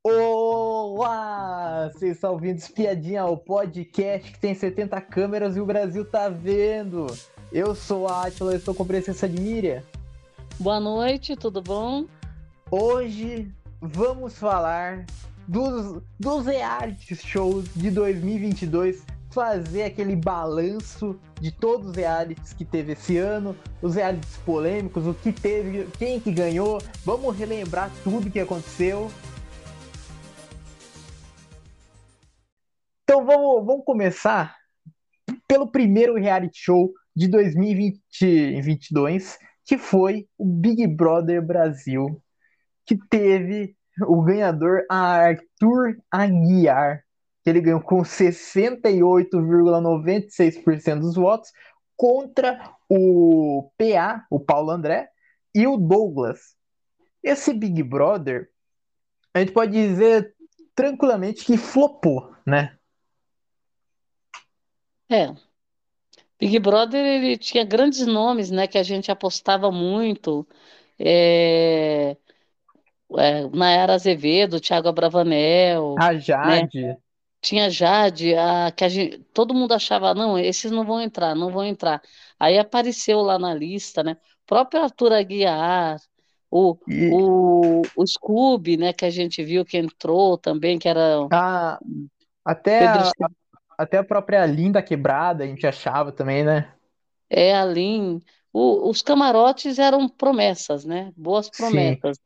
Olá! Vocês estão ouvindo Espiadinha, o podcast que tem 70 câmeras e o Brasil tá vendo. Eu sou a Átila, eu estou com presença de Miriam. Boa noite, tudo bom? Hoje vamos falar dos reality shows de 2022, fazer aquele balanço de todos os realities que teve esse ano, os realities polêmicos, o que teve, quem que ganhou, vamos relembrar tudo que aconteceu. Então vamos começar pelo primeiro reality show de 2022, que foi o Big Brother Brasil, que teve o ganhador Arthur Aguiar, que ele ganhou com 68,96% dos votos, contra o PA, o Paulo André, e o Douglas. Esse Big Brother, a gente pode dizer tranquilamente que flopou, né? É, Big Brother ele tinha grandes nomes, né, que a gente apostava muito. É, Nayara Azevedo, Thiago Abravanel, A né? Jade, Tinha Jade, que todo mundo achava, não, esses não vão entrar, não vão entrar. Aí apareceu lá na lista, né? O próprio Arthur Aguiar, o, e o Scooby, né, que a gente viu que entrou também, que era o a, até, Pedro. a, até a própria Linda Quebrada, a gente achava também, né? Ali, os camarotes eram promessas, né? Boas Sim, promessas.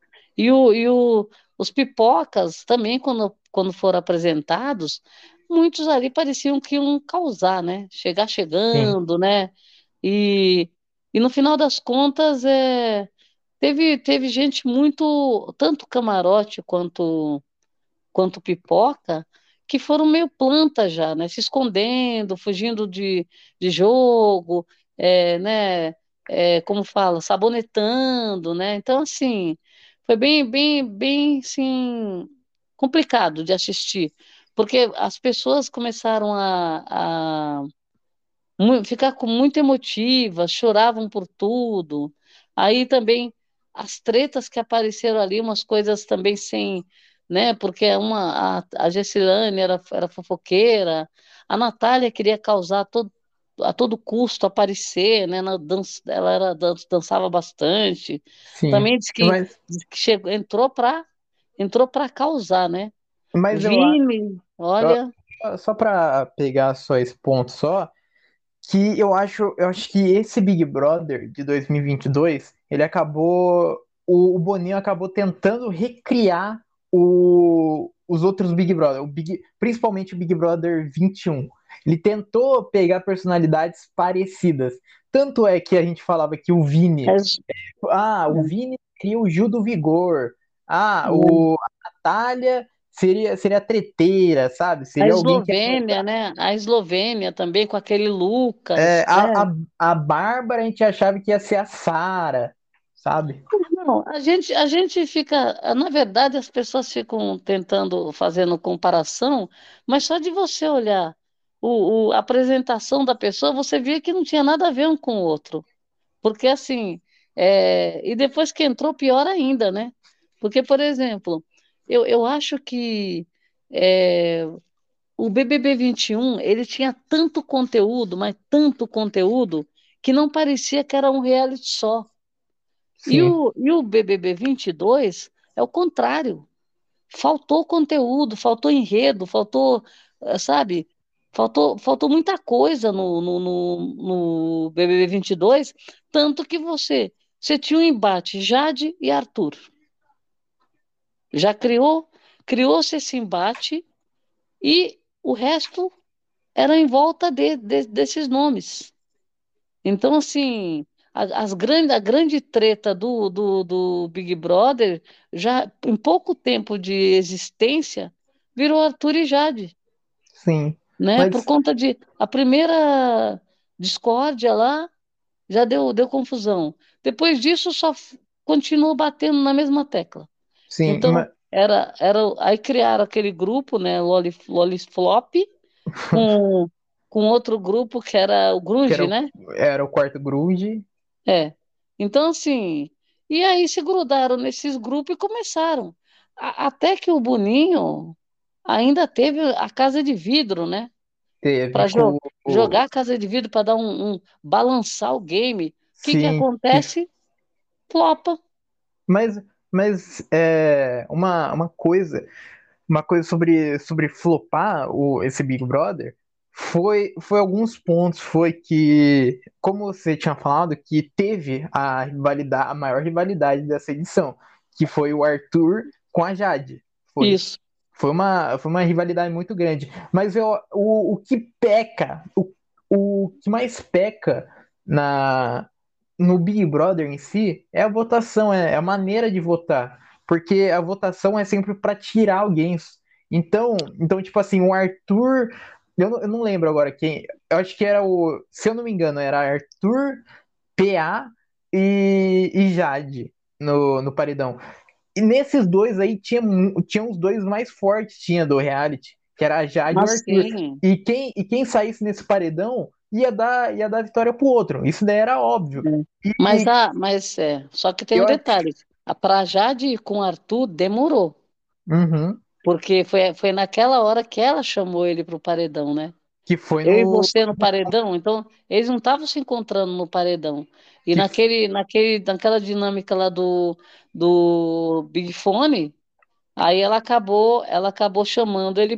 Os pipocas também, quando foram apresentados, muitos ali pareciam que iam causar, né? Chegar sim, chegando, né? E, e no final das contas, teve gente muito, tanto camarote quanto pipoca, que foram meio planta já, né? Se escondendo, fugindo de jogo, né? Como fala, sabonetando, né? Então, assim, foi bem, assim, complicado de assistir, porque as pessoas começaram a ficar com muito emotivas, choravam por tudo. Aí também as tretas que apareceram ali, umas coisas também sem, né? Porque a Gessilane era fofoqueira, a Natália queria causar a todo custo aparecer, né? Ela dançava bastante. sim. Também Mas, disse que chegou, entrou para causar, né? mas Vini, olha. só para pegar só esse ponto só, que eu acho que esse Big Brother de 2022, ele acabou, o Boninho acabou tentando recriar os outros Big Brother, principalmente o Big Brother 21. Ele tentou pegar personalidades parecidas. Tanto é que a gente falava que o Vini seria o Gil do Vigor. É, A Natália seria treteira, sabe? A Seria alguém que ia Eslovênia, né? A Eslovênia também com aquele É, Lucas, a, né? a, a Bárbara a gente achava que ia ser a Sara, sabe? Não, a gente fica, na verdade, as pessoas ficam tentando, fazendo comparação, mas só de você olhar a apresentação da pessoa, você via que não tinha nada a ver um com o outro. Porque assim, e depois que entrou, pior ainda, né? Porque, por exemplo, eu acho que é, o BBB 21, ele tinha tanto conteúdo, mas tanto conteúdo, que não parecia que era um reality só. E Sim, o BBB 22 é o contrário. Faltou conteúdo, faltou enredo, faltou, sabe? Faltou muita coisa no BBB 22, tanto que você tinha um embate Jade e Arthur. Já criou-se esse embate e o resto era em volta desses nomes. Então, assim, a grande treta do Big Brother, já em pouco tempo de existência, virou Arthur e Jade, sim. né? Por Mas, conta de a primeira discórdia lá já deu confusão. Depois disso, continuou batendo na mesma tecla. sim, Então, aí criaram aquele grupo, né, Loliflop, com, com outro grupo que era o que Grunge, né? era o quarto Grunge. É. Então, assim, e aí se grudaram nesses grupos e começaram. até que o Boninho ainda teve a casa de vidro, né? Teve Para com jogar a casa de vidro para dar balançar o game. O que que sim, acontece? Flopa. mas, mas uma coisa sobre flopar esse Big Brother foi alguns pontos. Foi que, como você tinha falado, que teve a maior rivalidade dessa edição, que foi o Arthur com a Jade. Foi. Isso. Foi uma rivalidade muito grande. Mas o que peca, o que mais peca na, no Big Brother em si é a votação, é a maneira de votar. Porque a votação é sempre para tirar alguém. Então, tipo assim, o Arthur. Eu não lembro agora quem. Eu acho que era o. Se eu não me engano, era Arthur, PA e Jade no paredão. E nesses dois aí tinha os dois mais fortes tinha do reality, que era a Jade e o Arthur. Assim, E quem saísse nesse paredão ia dar vitória pro outro. Isso daí era óbvio. né? E Só que tem um eu acho. detalhe. A pra Jade com o Arthur demorou, Uhum, porque foi naquela hora que ela chamou ele pro paredão, né? que foi Eu e no. você no paredão, então eles não estavam se encontrando no paredão. E Que, naquela dinâmica lá do Big Fone, aí ela acabou chamando ele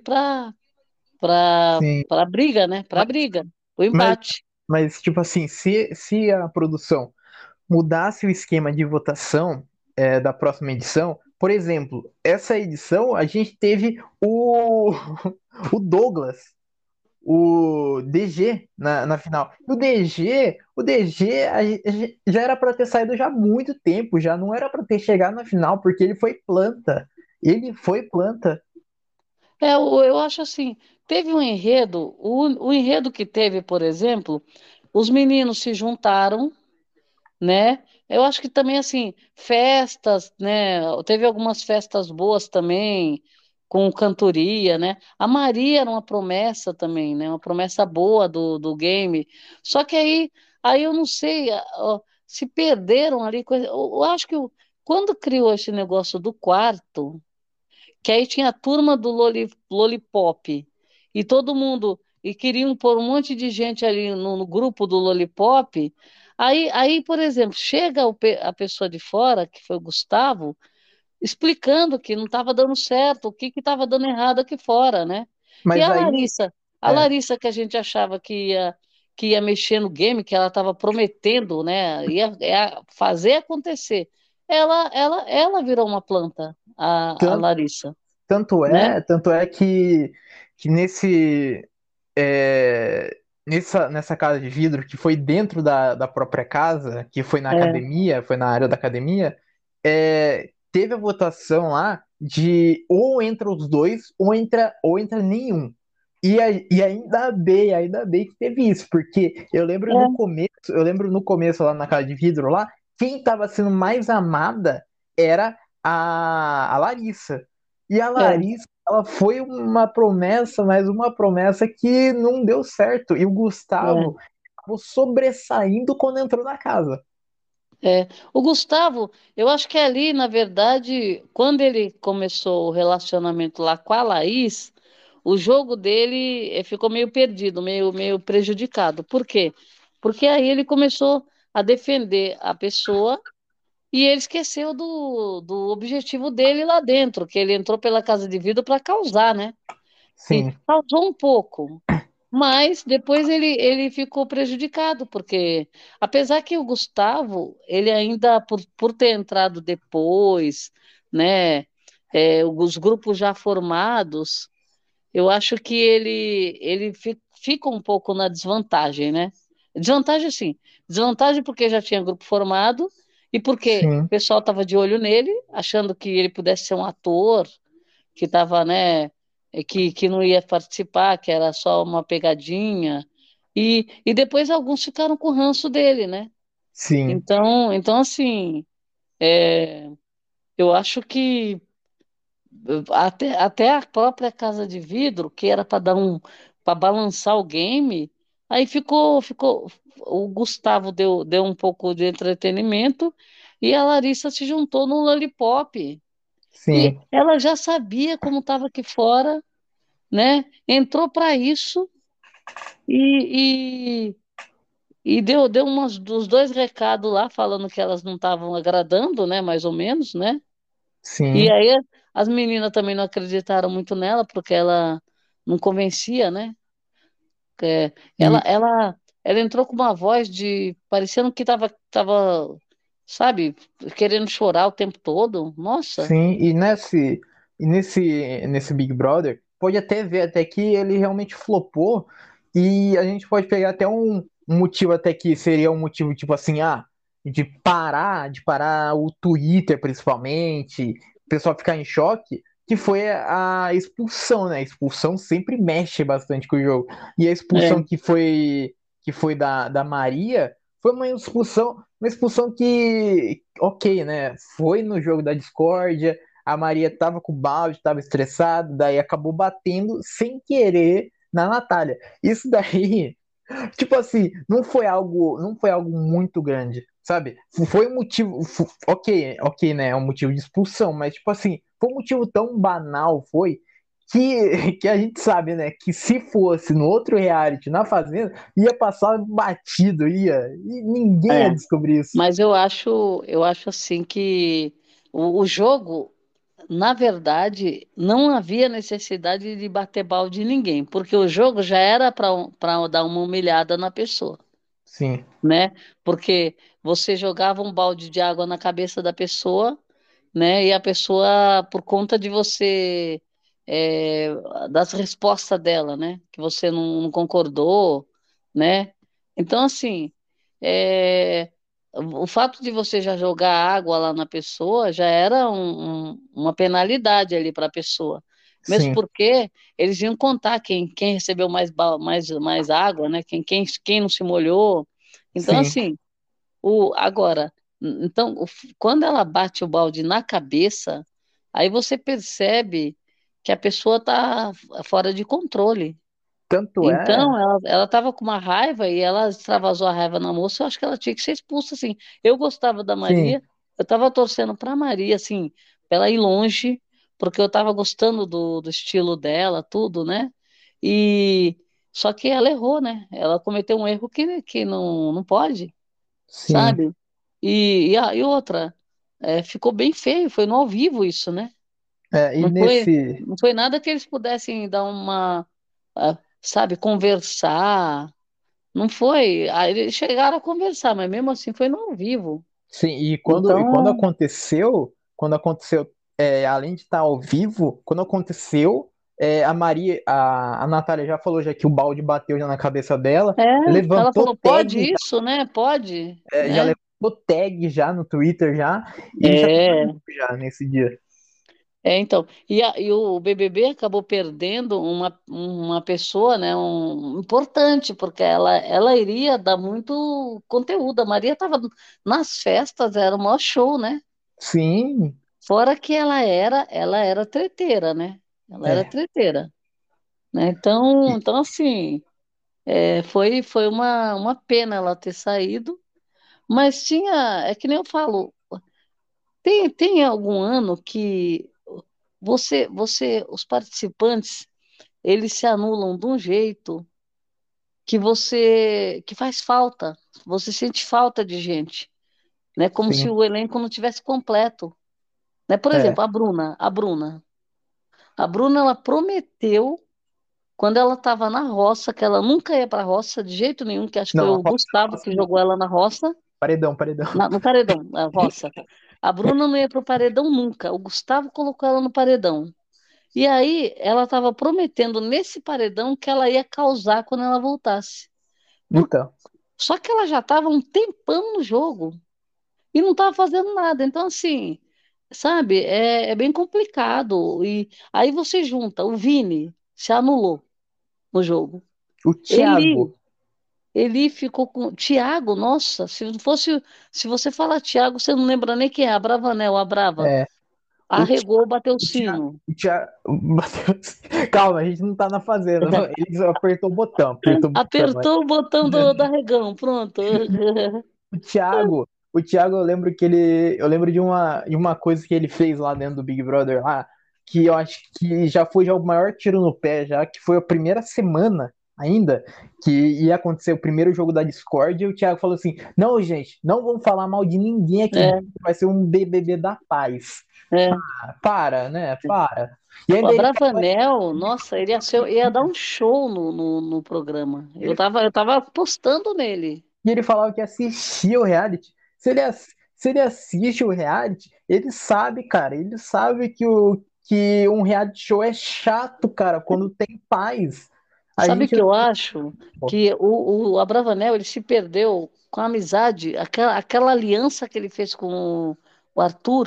sim. para briga, né? Para briga, o Mas, empate. tipo assim, se a produção mudasse o esquema de votação da próxima edição, por exemplo, essa edição a gente teve o Douglas, o DG na final. O DG já era para ter saído já há muito tempo, já não era para ter chegado na final, porque ele foi planta. Ele foi planta. Eu acho assim, teve um enredo, o enredo que teve, por exemplo, os meninos se juntaram, né? Eu acho que também, assim, festas, né? Teve algumas festas boas também, com cantoria, né? A Maria era uma promessa também, né? Uma promessa boa do game. Só que aí eu não sei, ó, se perderam ali coisa. Eu acho que quando criou esse negócio do quarto, que aí tinha a turma do Lollipop, e todo mundo, e queriam pôr um monte de gente ali no grupo do Lollipop. Aí, por exemplo, chega a pessoa de fora, que foi o Gustavo, explicando que não estava dando certo, o que estava dando errado aqui fora, né? E Mas a aí, Larissa, a é, Larissa que a gente achava que ia mexer no game, que ela estava prometendo, né? Ia fazer acontecer. Ela virou uma planta, a tanto, Larissa, né? tanto é que é, nessa casa de vidro, que foi dentro da própria casa, que foi na É, academia, foi na área da academia, teve a votação lá de ou entra os dois ou entra nenhum. E ainda bem que teve isso, porque é, eu lembro no começo lá na casa de vidro lá, quem estava sendo mais amada era a Larissa. E a é, Larissa, ela foi uma promessa, mas uma promessa que não deu certo. E o é. Gustavo acabou sobressaindo quando entrou na casa. É, o Gustavo, eu acho que ali, na verdade, quando ele começou o relacionamento lá com a Laís, o jogo dele ficou meio perdido, meio prejudicado. Por quê? Porque aí ele começou a defender a pessoa e ele esqueceu do objetivo dele lá dentro, que ele entrou pela casa de vidro para causar, né? E Sim, causou um pouco. Mas depois ele ficou prejudicado, porque apesar que o Gustavo, ele ainda, por ter entrado depois, né, os grupos já formados, eu acho que ele fica um pouco na desvantagem, né? Desvantagem, sim. Desvantagem porque já tinha grupo formado e porque o sim, pessoal estava de olho nele, achando que ele pudesse ser um ator, que estava, né, que não ia participar, que era só uma pegadinha. E depois alguns ficaram com ranço dele, né? sim, Então assim, é, eu acho que até a própria Casa de Vidro, que era para balançar o game, aí o Gustavo deu um pouco de entretenimento e a Larissa se juntou no Lollipop. E sim, ela já sabia como estava aqui fora, né? Entrou para isso e, e, e deu dos dois recados lá, falando que elas não estavam agradando, né? Mais ou menos, né? E sim. aí as meninas também não acreditaram muito nela, porque ela não convencia, né? É, ela, E ela, ela entrou com uma voz de parecendo que tava, sabe, querendo chorar o tempo todo. Nossa, sim, nesse Big Brother, pode até ver até que ele realmente flopou, e a gente pode pegar até um motivo até que seria um motivo tipo assim, de parar o Twitter principalmente, o pessoal ficar em choque, que foi a expulsão, né? A expulsão sempre mexe bastante com o jogo. E a expulsão é, que foi da Maria foi uma expulsão que, ok, né? Foi no jogo da discórdia, a Maria tava com o balde, tava estressada, daí acabou batendo sem querer na Natália. Isso daí, tipo assim, não foi algo muito grande, sabe? Foi um motivo, ok, ok, né? É um motivo de expulsão, mas tipo assim, foi um motivo tão banal, que a gente sabe, né? Que se fosse no outro reality, na Fazenda, ia passar batido, e ninguém ia é. descobrir isso. Mas eu acho assim que o jogo, na verdade, não havia necessidade de bater balde em ninguém, porque o jogo já era para dar uma humilhada na pessoa. Sim, Né? Porque você jogava um balde de água na cabeça da pessoa, né? E a pessoa, por conta de você, é, das respostas dela, né? Que você não concordou, né? Então, assim, é, o fato de você já jogar água lá na pessoa já era uma penalidade ali para a pessoa. Mesmo sim, porque eles iam contar quem recebeu mais água, né? Quem não se molhou. Então, sim, assim, agora, então, quando ela bate o balde na cabeça, aí você percebe que a pessoa está fora de controle. tanto Então, é, ela estava com uma raiva e ela extravasou a raiva na moça. Eu acho que ela tinha que ser expulsa, assim. Eu gostava da sim, Maria, eu estava torcendo para a Maria, assim, pra ela ir longe, porque eu estava gostando do estilo dela, tudo, né? E só que ela errou, né? Ela cometeu um erro que não pode, sim. sabe? E outra, ficou bem feio, foi no ao vivo isso, né? E Não foi, nesse, não foi nada que eles pudessem dar sabe, conversar. Não foi. Aí eles chegaram a conversar, mas mesmo assim foi no ao vivo. sim, e quando Então, aconteceu, além de estar ao vivo, quando aconteceu, a Maria, a Natália já falou já que o balde bateu já na cabeça dela, é, ela levantou falou, pode tag, isso, né? Pode, já né? levantou tag já no Twitter já, e já tava É, limpo já nesse dia. então, e o BBB acabou perdendo uma pessoa, né, importante, porque ela iria dar muito conteúdo. A Maria estava nas festas, era o maior show, né? Sim, Fora que ela era treteira, né? Ela era é. treteira, né? Então assim, foi uma pena ela ter saído, mas é que nem eu falo, tem algum ano que os participantes, eles se anulam de um jeito que faz falta. Você sente falta de gente, né? Como se Sim, o elenco não tivesse completo, né? Por é. exemplo, a Bruna, ela prometeu quando ela estava na roça que ela nunca ia para a roça de jeito nenhum, que acho que foi Não, o Gustavo roça que não. jogou ela na roça, Paredão, paredão. no paredão, na roça. A Bruna não ia para o paredão nunca. O Gustavo colocou ela no paredão. E aí ela estava prometendo nesse paredão que ela ia causar quando ela voltasse. Por- Então, Só que ela já estava um tempão no jogo e não estava fazendo nada. Então, assim, sabe, é bem complicado. E aí você junta, o Vini se anulou no jogo. o Eli, Thiago, Eli ficou com. Thiago, nossa, se você falar Thiago, você não lembra nem quem é, a Bravanel, a Brava. é, o Arregou, bateu o O Thiago, sino. o Thiago, calma, a gente não tá na fazenda. Ele só apertou o botão. Apertou o botão do arregão, pronto. O Thiago, o Thiago, eu lembro que ele. Eu lembro de uma coisa que ele fez lá dentro do Big Brother lá, que eu acho que já foi já o maior tiro no pé, já, que foi a primeira semana ainda, que ia acontecer o primeiro jogo da Discord, e o Thiago falou assim: não, gente, não vamos falar mal de ninguém aqui dentro, É, vai ser um BBB da paz. é. Ah, para, né? Para. E O ainda ele Abravanel, nossa, ia dar um show no programa. ele Eu tava apostando nele. E ele falava que assistia o reality. Se ele assiste o reality, ele sabe, cara, ele sabe que um reality show é chato, cara, quando tem paz. A Sabe o gente. que eu acho? Que o Abravanel, ele se perdeu com a amizade, aquela aliança que ele fez com o Arthur,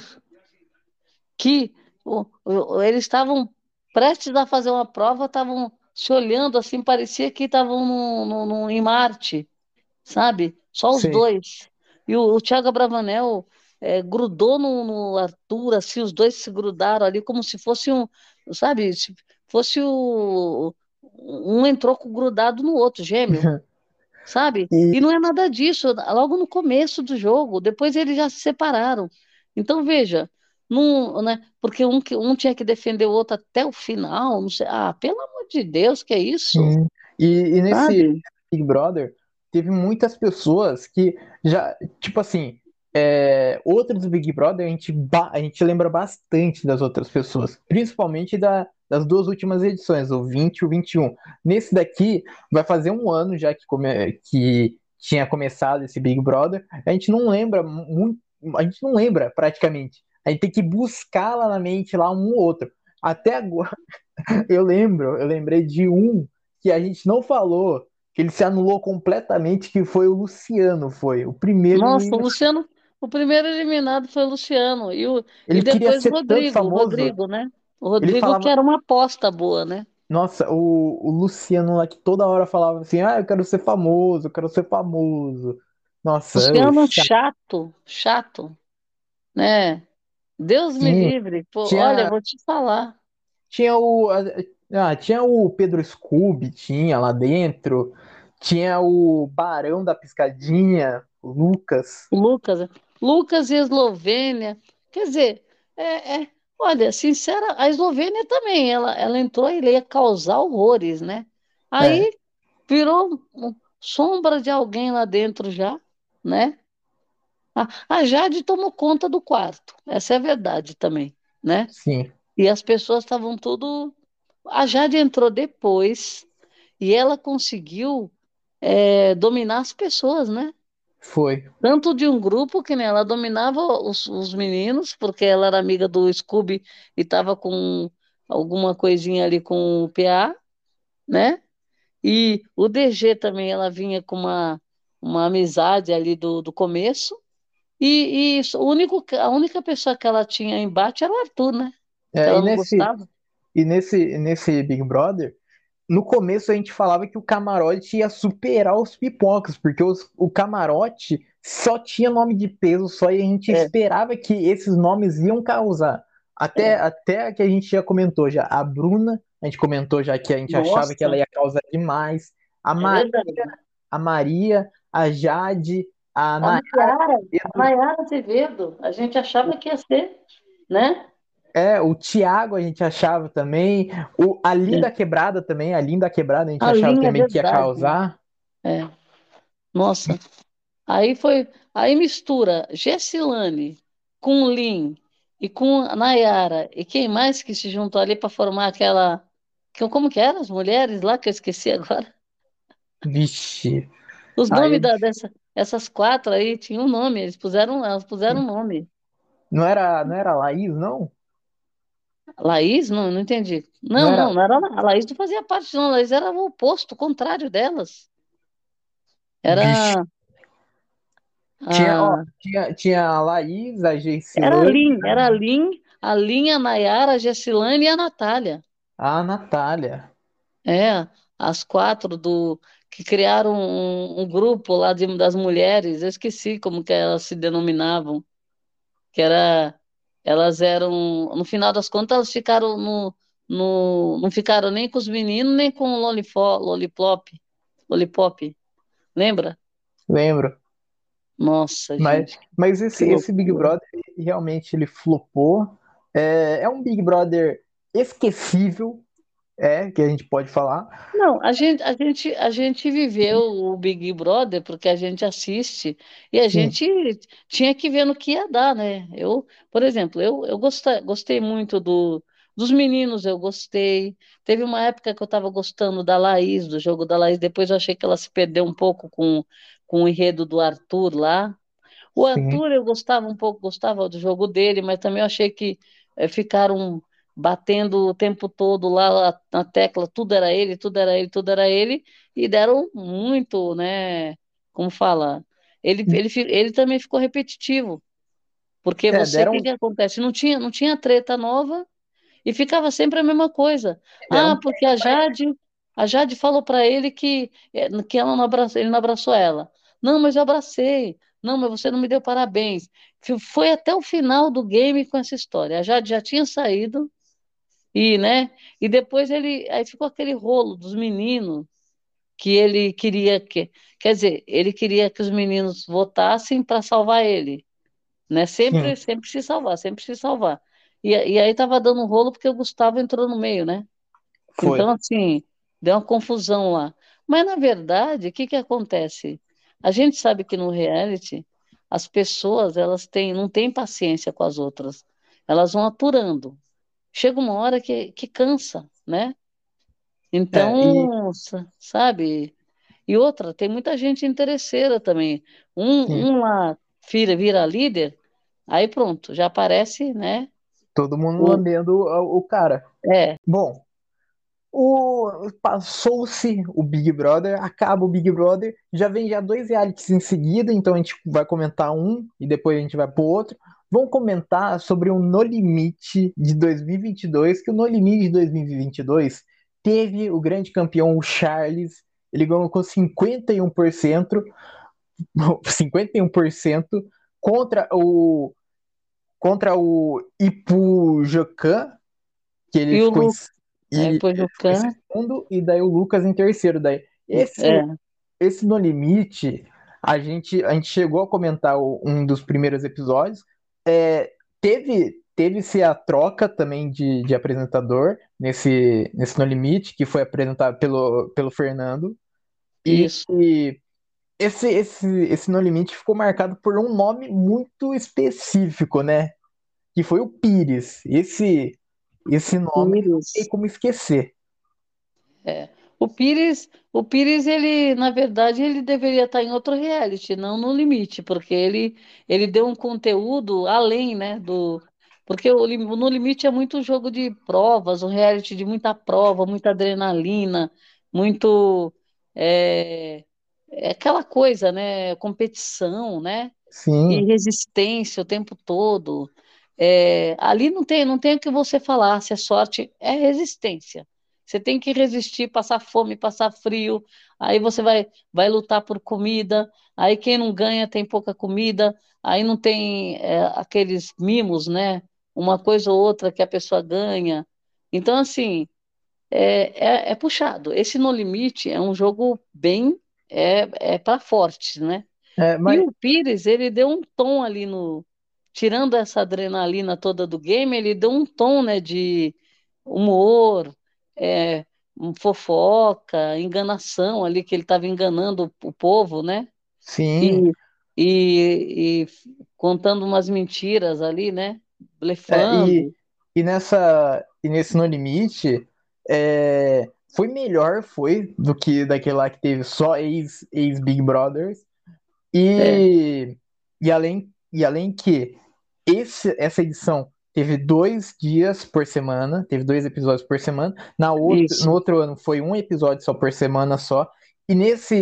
que eles estavam prestes a fazer uma prova, estavam se olhando assim, parecia que estavam em Marte, sabe? Só os Sei. dois. E o Thiago Abravanel grudou no Arthur, assim, os dois se grudaram ali como se fosse um, sabe? Se fosse um entrou grudado no outro, gêmeo, sabe? E E não é nada disso, logo no começo do jogo, depois eles já se separaram. Então, veja, não, né? Porque um tinha que defender o outro até o final, não sei. Ah, pelo amor de Deus, que é isso? sim. E nesse Sabe? Big Brother, teve muitas pessoas que já, tipo assim, outros Big Brother a gente lembra bastante das outras pessoas, principalmente das duas últimas edições, o 20 e o 21. Nesse daqui, vai fazer um ano já que tinha começado esse Big Brother, a gente não lembra muito, a gente não lembra praticamente. A gente tem que buscar lá na mente lá um ou outro. Até agora, eu lembrei de um que a gente não falou, que ele se anulou completamente, que foi o Luciano, foi o primeiro Nossa, o eliminado. Luciano, o primeiro eliminado foi o Luciano, e Ele queria depois ser tanto O famoso, Rodrigo, né? O ele Rodrigo que falava, era uma aposta boa, né? nossa, o Luciano lá que toda hora falava assim, ah, eu quero ser famoso, eu quero ser famoso. Nossa, Luciano chato, chato, né? Deus me sim, livre. Pô, olha, eu tinha, vou te falar. tinha tinha o Pedro Scooby, tinha lá dentro, tinha o Barão da Piscadinha, o Lucas. O Lucas e a Eslovênia. Quer dizer, olha, sincera, a Eslovênia também, ela entrou e ia causar horrores, né? É, Aí virou sombra de alguém lá dentro já, né? A Jade tomou conta do quarto, essa é a verdade também, né? sim, E as pessoas estavam tudo. A Jade entrou depois e ela conseguiu dominar as pessoas, né? foi. Tanto de um grupo que né, ela dominava os meninos, porque ela era amiga do Scooby e estava com alguma coisinha ali com o PA, né? E o DG também, ela vinha com uma amizade ali do começo. A única pessoa que ela tinha embate era o Arthur, né? Que É, ela não gostava. nesse Big Brother, no começo a gente falava que o camarote ia superar os pipocas, porque o camarote só tinha nome de peso só e a gente É, esperava que esses nomes iam causar. é. Até que a gente já comentou já. A Bruna, a gente comentou já que a gente achava que ela Nossa, ia causar demais. A, é Ma verdade. a Maria, a Jade, a A Nayara, Nayara, a Nayara Azevedo, a gente achava que ia ser, né? o Thiago a gente achava também. A Linda Quebrada também, a Linda Quebrada a gente A achava linha é também que ia verdade. causar. É. Nossa, aí foi, aí mistura Gessilane com Lin e com a Nayara e quem mais que se juntou ali para formar como que eram as mulheres lá que eu esqueci agora? Vixe. Os Aí nomes essas quatro aí tinham um nome, elas puseram um nome. não era a Laís, não? Laís? Não, não entendi. Não Não, não, era. não era a Laís não fazia parte, não. A Laís era o oposto, o contrário delas. Vixe. Era a, Tinha a Laís, a Geissilane, a Lin, a Nayara, a Gessilane e a Natália. a Natália. É, as quatro que criaram um grupo lá das mulheres, eu esqueci como que elas se denominavam, que era, elas eram, no final das contas, elas ficaram não ficaram nem com os meninos, nem com o Lollipop, lembra? Lembro. Nossa, Mas, gente, mas que esse Big loucura. Brother, realmente ele flopou. É um Big Brother esquecível, que a gente pode falar. Não, a gente viveu o Big Brother porque a gente assiste e a Sim, gente tinha que ver no que ia dar, né? Por exemplo, eu gostei muito dos meninos, eu gostei. Teve uma época que eu estava gostando da Laís, do jogo da Laís, depois eu achei que ela se perdeu um pouco com o enredo do Arthur lá. O sim, Arthur eu gostava um pouco, gostava do jogo dele, mas também eu achei que ficaram batendo o tempo todo lá na tecla, tudo era ele, tudo era ele, tudo era ele, e deram muito, né? Como fala? Ele também ficou repetitivo, porque o que deram, que acontece? Não tinha treta nova, e ficava sempre a mesma coisa. deram, Ah, porque a Jade falou para ele que ela não abraçou, ele não abraçou ela. Não, mas eu abracei. Não, mas você não me deu parabéns. Foi até o final do game com essa história. A Jade já tinha saído e, né? E depois aí ficou aquele rolo dos meninos que ele queria quer dizer, ele queria que os meninos votassem para salvar ele, né? sim, Sempre se salvar, sempre se salvar. E aí tava dando um rolo porque o Gustavo entrou no meio, né? Então, foi. assim, deu uma confusão lá. Mas, na verdade, o que que acontece? A gente sabe que no reality, as pessoas, não têm paciência com as outras. Elas vão aturando. Chega uma hora que cansa, né? E Então, sabe? E outra, tem muita gente interesseira também. sim, Um lá vira líder, aí pronto, já aparece, né? todo mundo O, lambendo o cara. é, Bom, passou-se o Big Brother, acaba o Big Brother, já vem já dois realities em seguida, então a gente vai comentar um e depois a gente vai pro outro. Vamos comentar sobre o No Limite de 2022, que o No Limite de 2022 teve o grande campeão, o Charles, ele ganhou com 51%, 51% contra o Ipujocan, que ele e o ficou em, Lu, depois ele o ficou em Khan, segundo, e daí o Lucas em terceiro. Daí. é, Esse No Limite, a gente chegou a comentar um dos primeiros episódios. Teve-se a troca também de apresentador nesse No Limite, que foi apresentado pelo Fernando. E, isso. e esse No Limite ficou marcado por um nome muito específico, né? Que foi o Pires. Esse nome não tem Pires. como esquecer. É. O Pires, ele, na verdade, ele deveria estar em outro reality, não no Limite, porque ele deu um conteúdo além, né, porque o No Limite é muito jogo de provas, um reality de muita prova, muita adrenalina, muito, é, é aquela coisa, né, competição, né, e Sim, resistência o tempo todo. Ali não tem o que você falar, se é sorte, é resistência. Você tem que resistir, passar fome, passar frio, aí você vai lutar por comida, aí quem não ganha tem pouca comida, aí não tem aqueles mimos, né? Uma coisa ou outra que a pessoa ganha. Então, assim, é puxado. Esse No Limite é um jogo bem, para fortes, né? E mas o Pires, ele deu um tom ali tirando essa adrenalina toda do game, ele deu um tom, né, de humor, é, fofoca, enganação ali, que ele estava enganando o povo, né? sim. E, e contando umas mentiras ali, né? É, e, Blefando. e nesse No Limite, foi melhor, foi, do que daquele lá que teve só ex-Big Brothers. É, E além que essa edição teve 2 dias por semana, teve 2 episódios por semana. No isso. outro ano foi um episódio só por semana só. E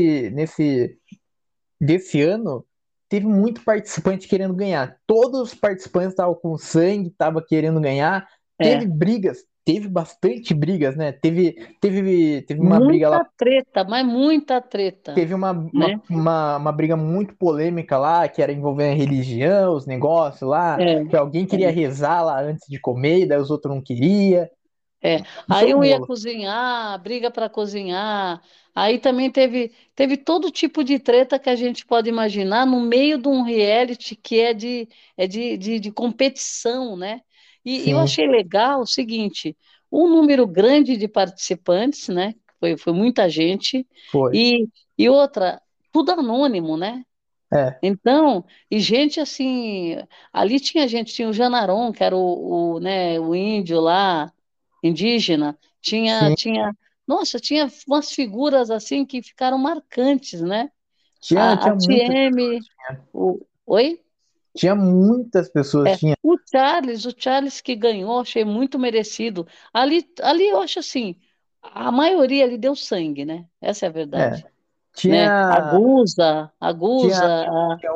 desse ano, teve muito participante querendo ganhar. Todos os participantes estavam com sangue, estavam querendo ganhar. Teve É. brigas, teve bastante brigas, né? Teve uma briga lá. Muita treta, mas muita treta, Teve uma, né? uma, uma, uma briga muito polêmica lá, que era envolvendo religião, os negócios lá, É, que alguém queria é, rezar lá antes de comer, e daí os outros não queriam. É, Não foi aí um um ia rolo. cozinhar, briga para cozinhar. Aí também teve todo tipo de treta que a gente pode imaginar no meio de um reality que é de competição, né? E eu Sim, achei legal o seguinte, um número grande de participantes, né? Foi muita gente, foi. e, e outra, tudo anônimo, né? É, Então, e gente assim, ali tinha gente, tinha o Janaron, que era né, o índio lá, indígena, sim. nossa, tinha umas figuras assim que ficaram marcantes, né? A Tinha muitas TM, oi? tinha muitas pessoas, É, tinha. o Charles que ganhou, achei muito merecido. Ali eu acho assim, a maioria ali deu sangue, né? Essa é a É, verdade, né? A tinha, Gusa, a tinha, Gusa, tinha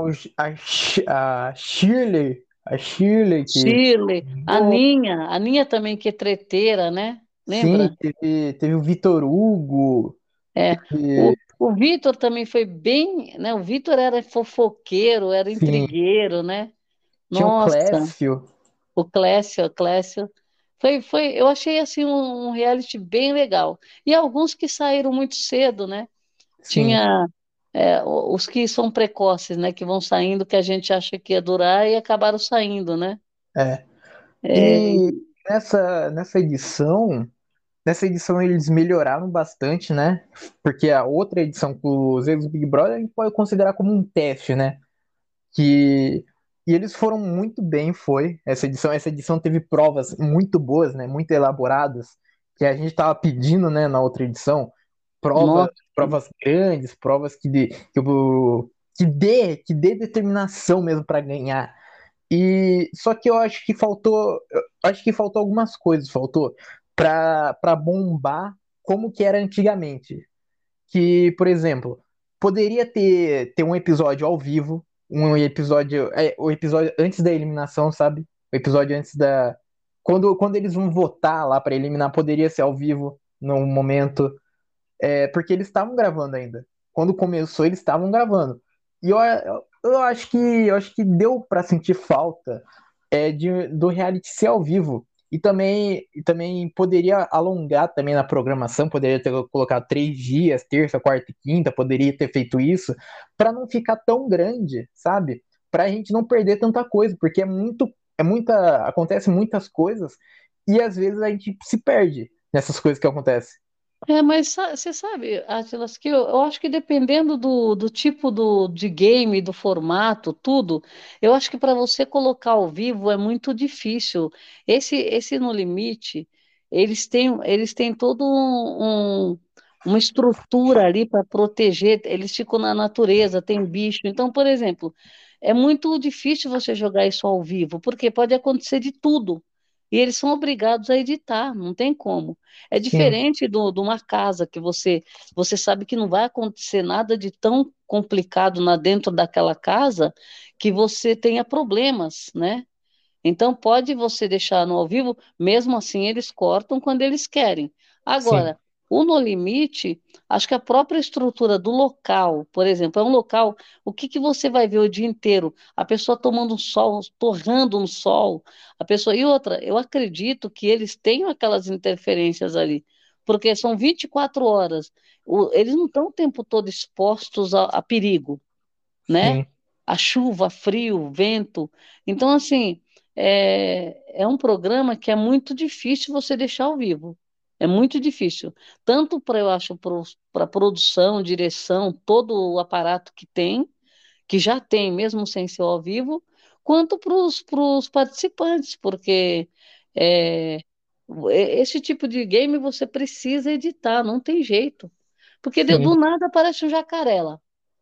a Shirley que, Shirley, pô, A Ninha também que é treteira, né? sim, Lembra? teve o Vitor Hugo, É, e, o Vitor também foi bem, né? O Vitor era fofoqueiro, era sim, intrigueiro, né? tinha o Nossa, Clécio, o Clécio, eu achei assim um reality bem legal. E alguns que saíram muito cedo, né? sim, Tinha os que são precoces, né? Que vão saindo, que a gente acha que ia durar e acabaram saindo, né? é. É, E nessa edição eles melhoraram bastante, né? Porque a outra edição com os ex do Big Brother a gente pode considerar como um teste, né? Que e eles foram muito bem, foi essa edição. Essa edição teve provas muito boas, né? Muito elaboradas, que a gente estava pedindo, né? Na outra edição, nossa. provas grandes, provas que dê determinação mesmo para ganhar. E só que eu acho que faltou algumas coisas, faltou para bombar como que era antigamente. Que, por exemplo, poderia ter um episódio ao vivo, o episódio antes da eliminação, sabe? O episódio antes da quando eles vão votar lá para eliminar, poderia ser ao vivo no momento, porque eles estavam gravando ainda. Quando começou, eles estavam gravando. E eu acho que deu para sentir falta do reality ser ao vivo. E também poderia alongar também na programação, poderia ter colocado 3 dias, terça, quarta e quinta, poderia ter feito isso, para não ficar tão grande, sabe? Para a gente não perder tanta coisa, porque acontece muitas coisas e às vezes a gente se perde nessas coisas que acontecem. Mas você sabe, Atlas, que eu acho que dependendo do tipo de game, do formato, tudo, eu acho que para você colocar ao vivo é muito difícil. Esse No Limite, eles têm todo uma estrutura ali para proteger, eles ficam na natureza, tem bicho. Então, por exemplo, é muito difícil você jogar isso ao vivo, porque pode acontecer de tudo. E eles são obrigados a editar, não tem como. É Sim, diferente de uma casa que você sabe que não vai acontecer nada de tão complicado dentro daquela casa que você tenha problemas, né? Então pode você deixar no ao vivo, mesmo assim eles cortam quando eles querem. sim, Agora, o No Limite, acho que a própria estrutura do local, por exemplo, é um local, o que que você vai ver o dia inteiro? A pessoa tomando um sol, torrando um sol, a pessoa. E outra, eu acredito que eles tenham aquelas interferências ali, porque são 24 horas. Eles não estão o tempo todo expostos a perigo, né? sim, A chuva, frio, vento. Então, assim, é um programa que é muito difícil você deixar ao vivo. É muito difícil. Tanto para, eu acho, para produção, direção, todo o aparato que já tem, mesmo sem ser ao vivo, quanto para os participantes, porque é, esse tipo de game você precisa editar, não tem jeito. Porque do sim, nada aparece um jacaré lá.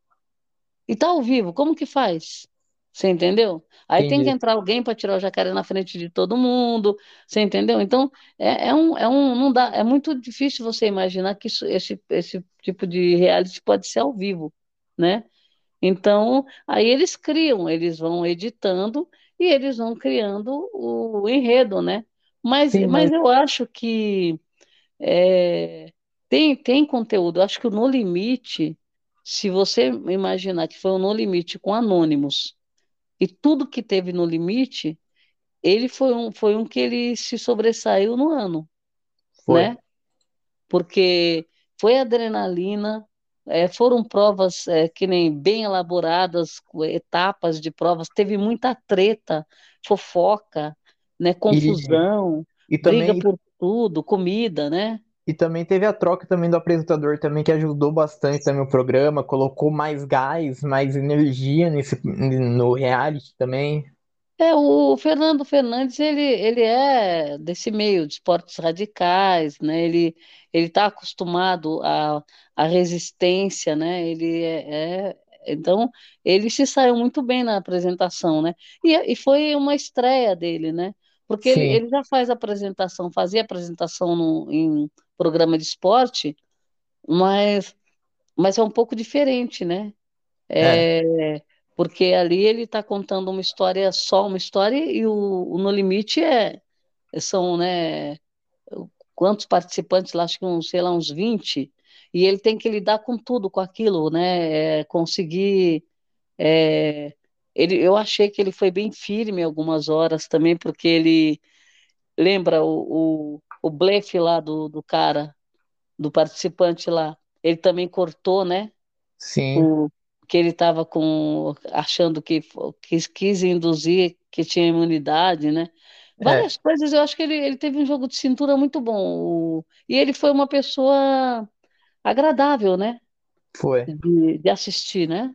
E tá ao vivo, como que faz? Você entendeu? Aí tem que entendi. entrar alguém para tirar o jacaré na frente de todo mundo, você entendeu? Então, não dá, é muito difícil você imaginar que esse tipo de reality pode ser ao vivo, né? Então, aí eles vão editando e eles vão criando o enredo, né? Mas, Sim, mas mas eu acho que é, tem conteúdo. Eu acho que o No Limite, se você imaginar que foi o No Limite com Anônimos e tudo que teve no limite, ele foi um que ele se sobressaiu no ano. Foi. né? Porque foi adrenalina, foram provas que nem bem elaboradas, etapas de provas, teve muita treta, fofoca, né, E, confusão, e briga também por tudo, comida, né? e também teve a troca também do apresentador também que ajudou bastante também o programa, colocou mais gás, mais energia no reality também. O Fernando Fernandes, ele é desse meio de esportes radicais, né? Ele está acostumado à resistência, né? Então, ele se saiu muito bem na apresentação, né? E foi uma estreia dele, né? Porque Sim, ele já faz apresentação, fazia apresentação em programa de esporte, mas, mas é um pouco diferente, né? é, É, porque ali ele está contando uma história, só uma história, e o No Limite são, né, quantos participantes lá, acho que uns, sei lá, uns 20, e ele tem que lidar com tudo, com aquilo, né, conseguir, é, eu achei que ele foi bem firme algumas horas também, porque ele lembra o blefe lá do cara, do participante lá, ele também cortou, né, sim, o, que ele estava achando que quis induzir que tinha imunidade, né? é, Várias coisas, eu acho que ele teve um jogo de cintura muito bom. E ele foi uma pessoa agradável, né? foi. De assistir, né?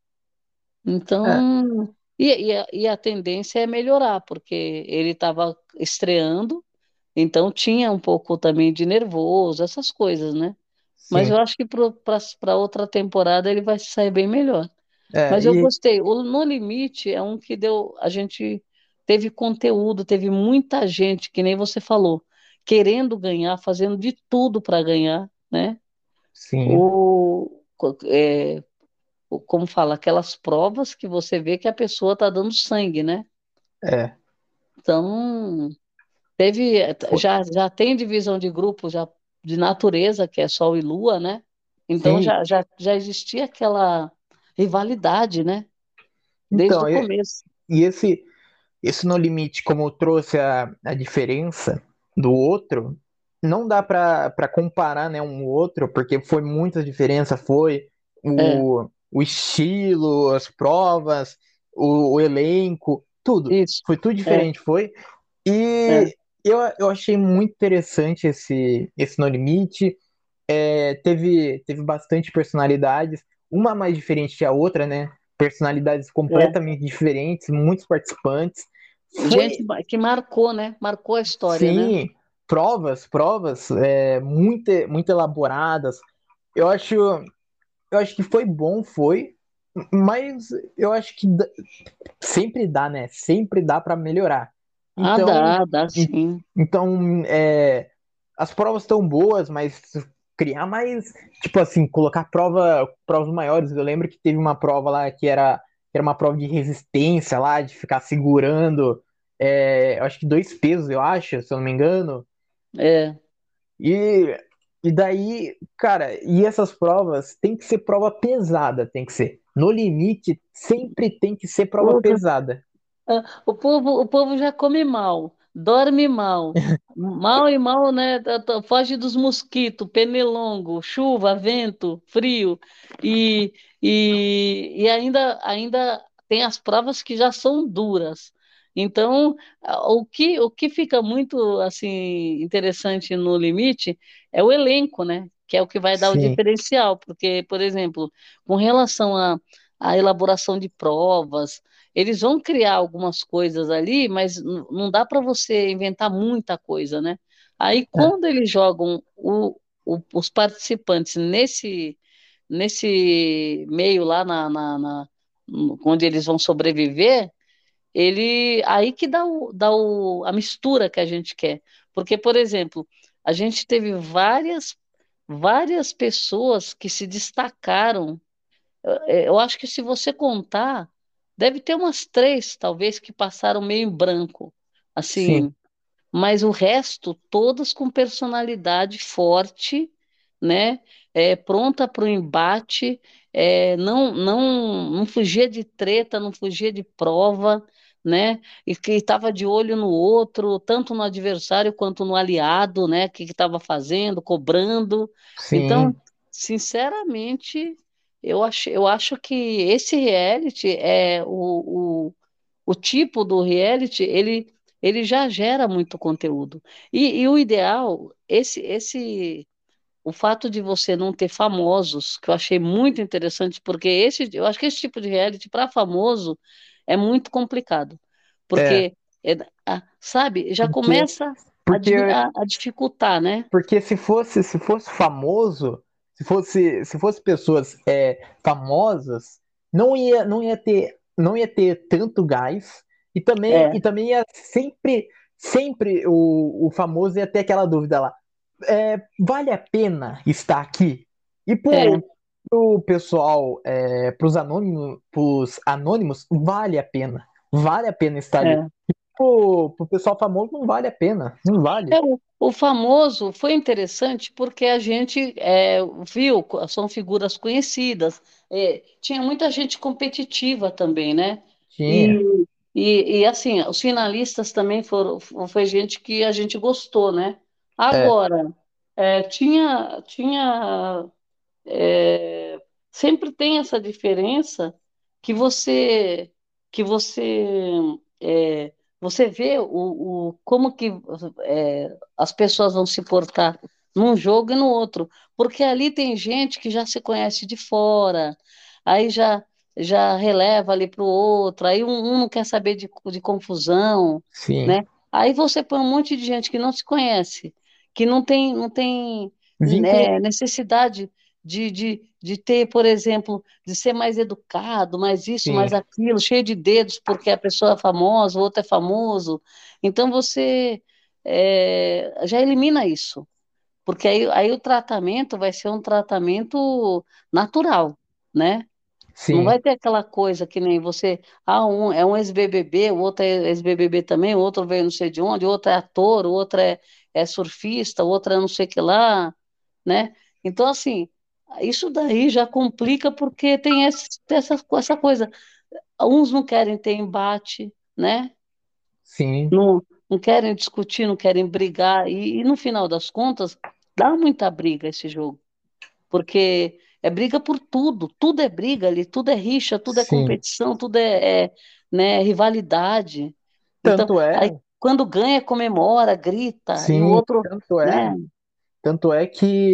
É, Então, e a tendência é melhorar, porque ele estava estreando, então tinha um pouco também de nervoso, essas coisas, né? Mas sim. eu acho que para outra temporada ele vai se sair bem melhor. É, Mas eu gostei. O No Limite é um que deu. A gente teve conteúdo, teve muita gente, que nem você falou, querendo ganhar, fazendo de tudo para ganhar, né? sim, Como fala, aquelas provas que você vê que a pessoa está dando sangue, né? é, Então, teve. foi. Já tem divisão de grupo já de natureza, que é Sol e Lua, né? Então Sim, já existia aquela rivalidade, né? Desde o então, começo. e esse No Limite, como trouxe a diferença do outro, não dá para comparar, né, um outro, porque foi muita diferença, foi É, o estilo, as provas, o elenco, tudo. isso. Foi tudo É, diferente, foi. é. E eu achei muito interessante esse No Limite. Teve bastante personalidades, uma mais diferente que a outra, né? Personalidades É. completamente diferentes, muitos participantes. Gente Foi, que marcou, né? Marcou a história, né? sim, provas muito elaboradas. Eu acho, eu acho que foi bom, foi, mas eu acho que sempre dá, né? Sempre dá para melhorar. Ah, Então, dá en- sim. então, as provas estão boas, mas criar mais, tipo assim, colocar provas maiores. Eu lembro que teve uma prova lá que era uma prova de resistência lá, de ficar segurando, eu acho que 2 pesos, eu acho, se eu não me engano. É. E, e daí, cara, e essas provas tem que ser prova pesada, tem que ser. No limite, sempre tem que ser prova Puta, pesada. o povo já come mal, dorme mal. Mal e mal, né? Foge dos mosquitos, pernilongo, chuva, vento, frio. E ainda tem as provas que já são duras. Então, o que fica muito assim interessante no limite é o elenco, né? Que é o que vai dar o Sim, diferencial. Porque, por exemplo, com relação à elaboração de provas, eles vão criar algumas coisas ali, mas não dá para você inventar muita coisa, né? Aí, é, quando eles jogam os participantes nesse meio lá onde eles vão sobreviver, aí que dá a mistura que a gente quer. Porque, por exemplo, a gente teve várias pessoas que se destacaram. Eu acho que se você contar, deve ter umas três, talvez, que passaram meio em branco, sim, assim, mas o resto, todas com personalidade forte, né? Pronta para o embate, não fugia de treta, não fugia de prova, né? E que estava de olho no outro, tanto no adversário quanto no aliado, né? Que estava fazendo, cobrando. Então, Sim, sinceramente, eu acho que esse reality é o tipo do reality, ele já gera muito conteúdo. E o ideal, o fato de você não ter famosos, que eu achei muito interessante, porque eu acho que esse tipo de reality para famoso é muito complicado, é, porque sabe, já porque, começa porque, a dificultar, né? porque se fosse famoso, se fosse pessoas famosas, não ia ter tanto gás e também, É, e também ia sempre o famoso ia ter aquela dúvida lá. Vale a pena estar aqui? E é, pro pessoal, pros anônimos, vale a pena. Vale a pena estar ali. é. Pro pessoal famoso, não vale a pena. Não vale. O famoso foi interessante porque a gente viu, são figuras conhecidas, tinha muita gente competitiva também, né? E, Tinha. assim, os finalistas também foi gente que a gente gostou, né? É, Agora, tinha é, sempre tem essa diferença que que você é, você vê como que as pessoas vão se portar num jogo e no outro, porque ali tem gente que já se conhece de fora, aí já releva ali para o outro, aí um não quer saber de confusão, sim. né? Aí você põe um monte de gente que não se conhece, que não tem Vínculo, necessidade de ter, por exemplo, de ser mais educado, mais isso, sim. mais aquilo, cheio de dedos porque a pessoa é famosa, o outro é famoso. Então você já elimina isso, porque aí o tratamento vai ser um tratamento natural, né? Não Sim. vai ter aquela coisa que nem você, um é um ex-BBB, o outro é ex-BBB também, o outro veio não sei de onde, o outro é ator, o outro é surfista, o outro é não sei o que lá, né? Então, assim, isso daí já complica porque tem essa coisa. Uns não querem ter embate, né? Sim. Não querem discutir, não querem brigar, e no final das contas, dá muita briga esse jogo, porque é briga por tudo, tudo é briga ali, tudo é rixa, tudo é Sim. competição, tudo né, rivalidade. Então, Tanto aí é, quando ganha, comemora, grita, e o sim, outro, tanto é, né? tanto é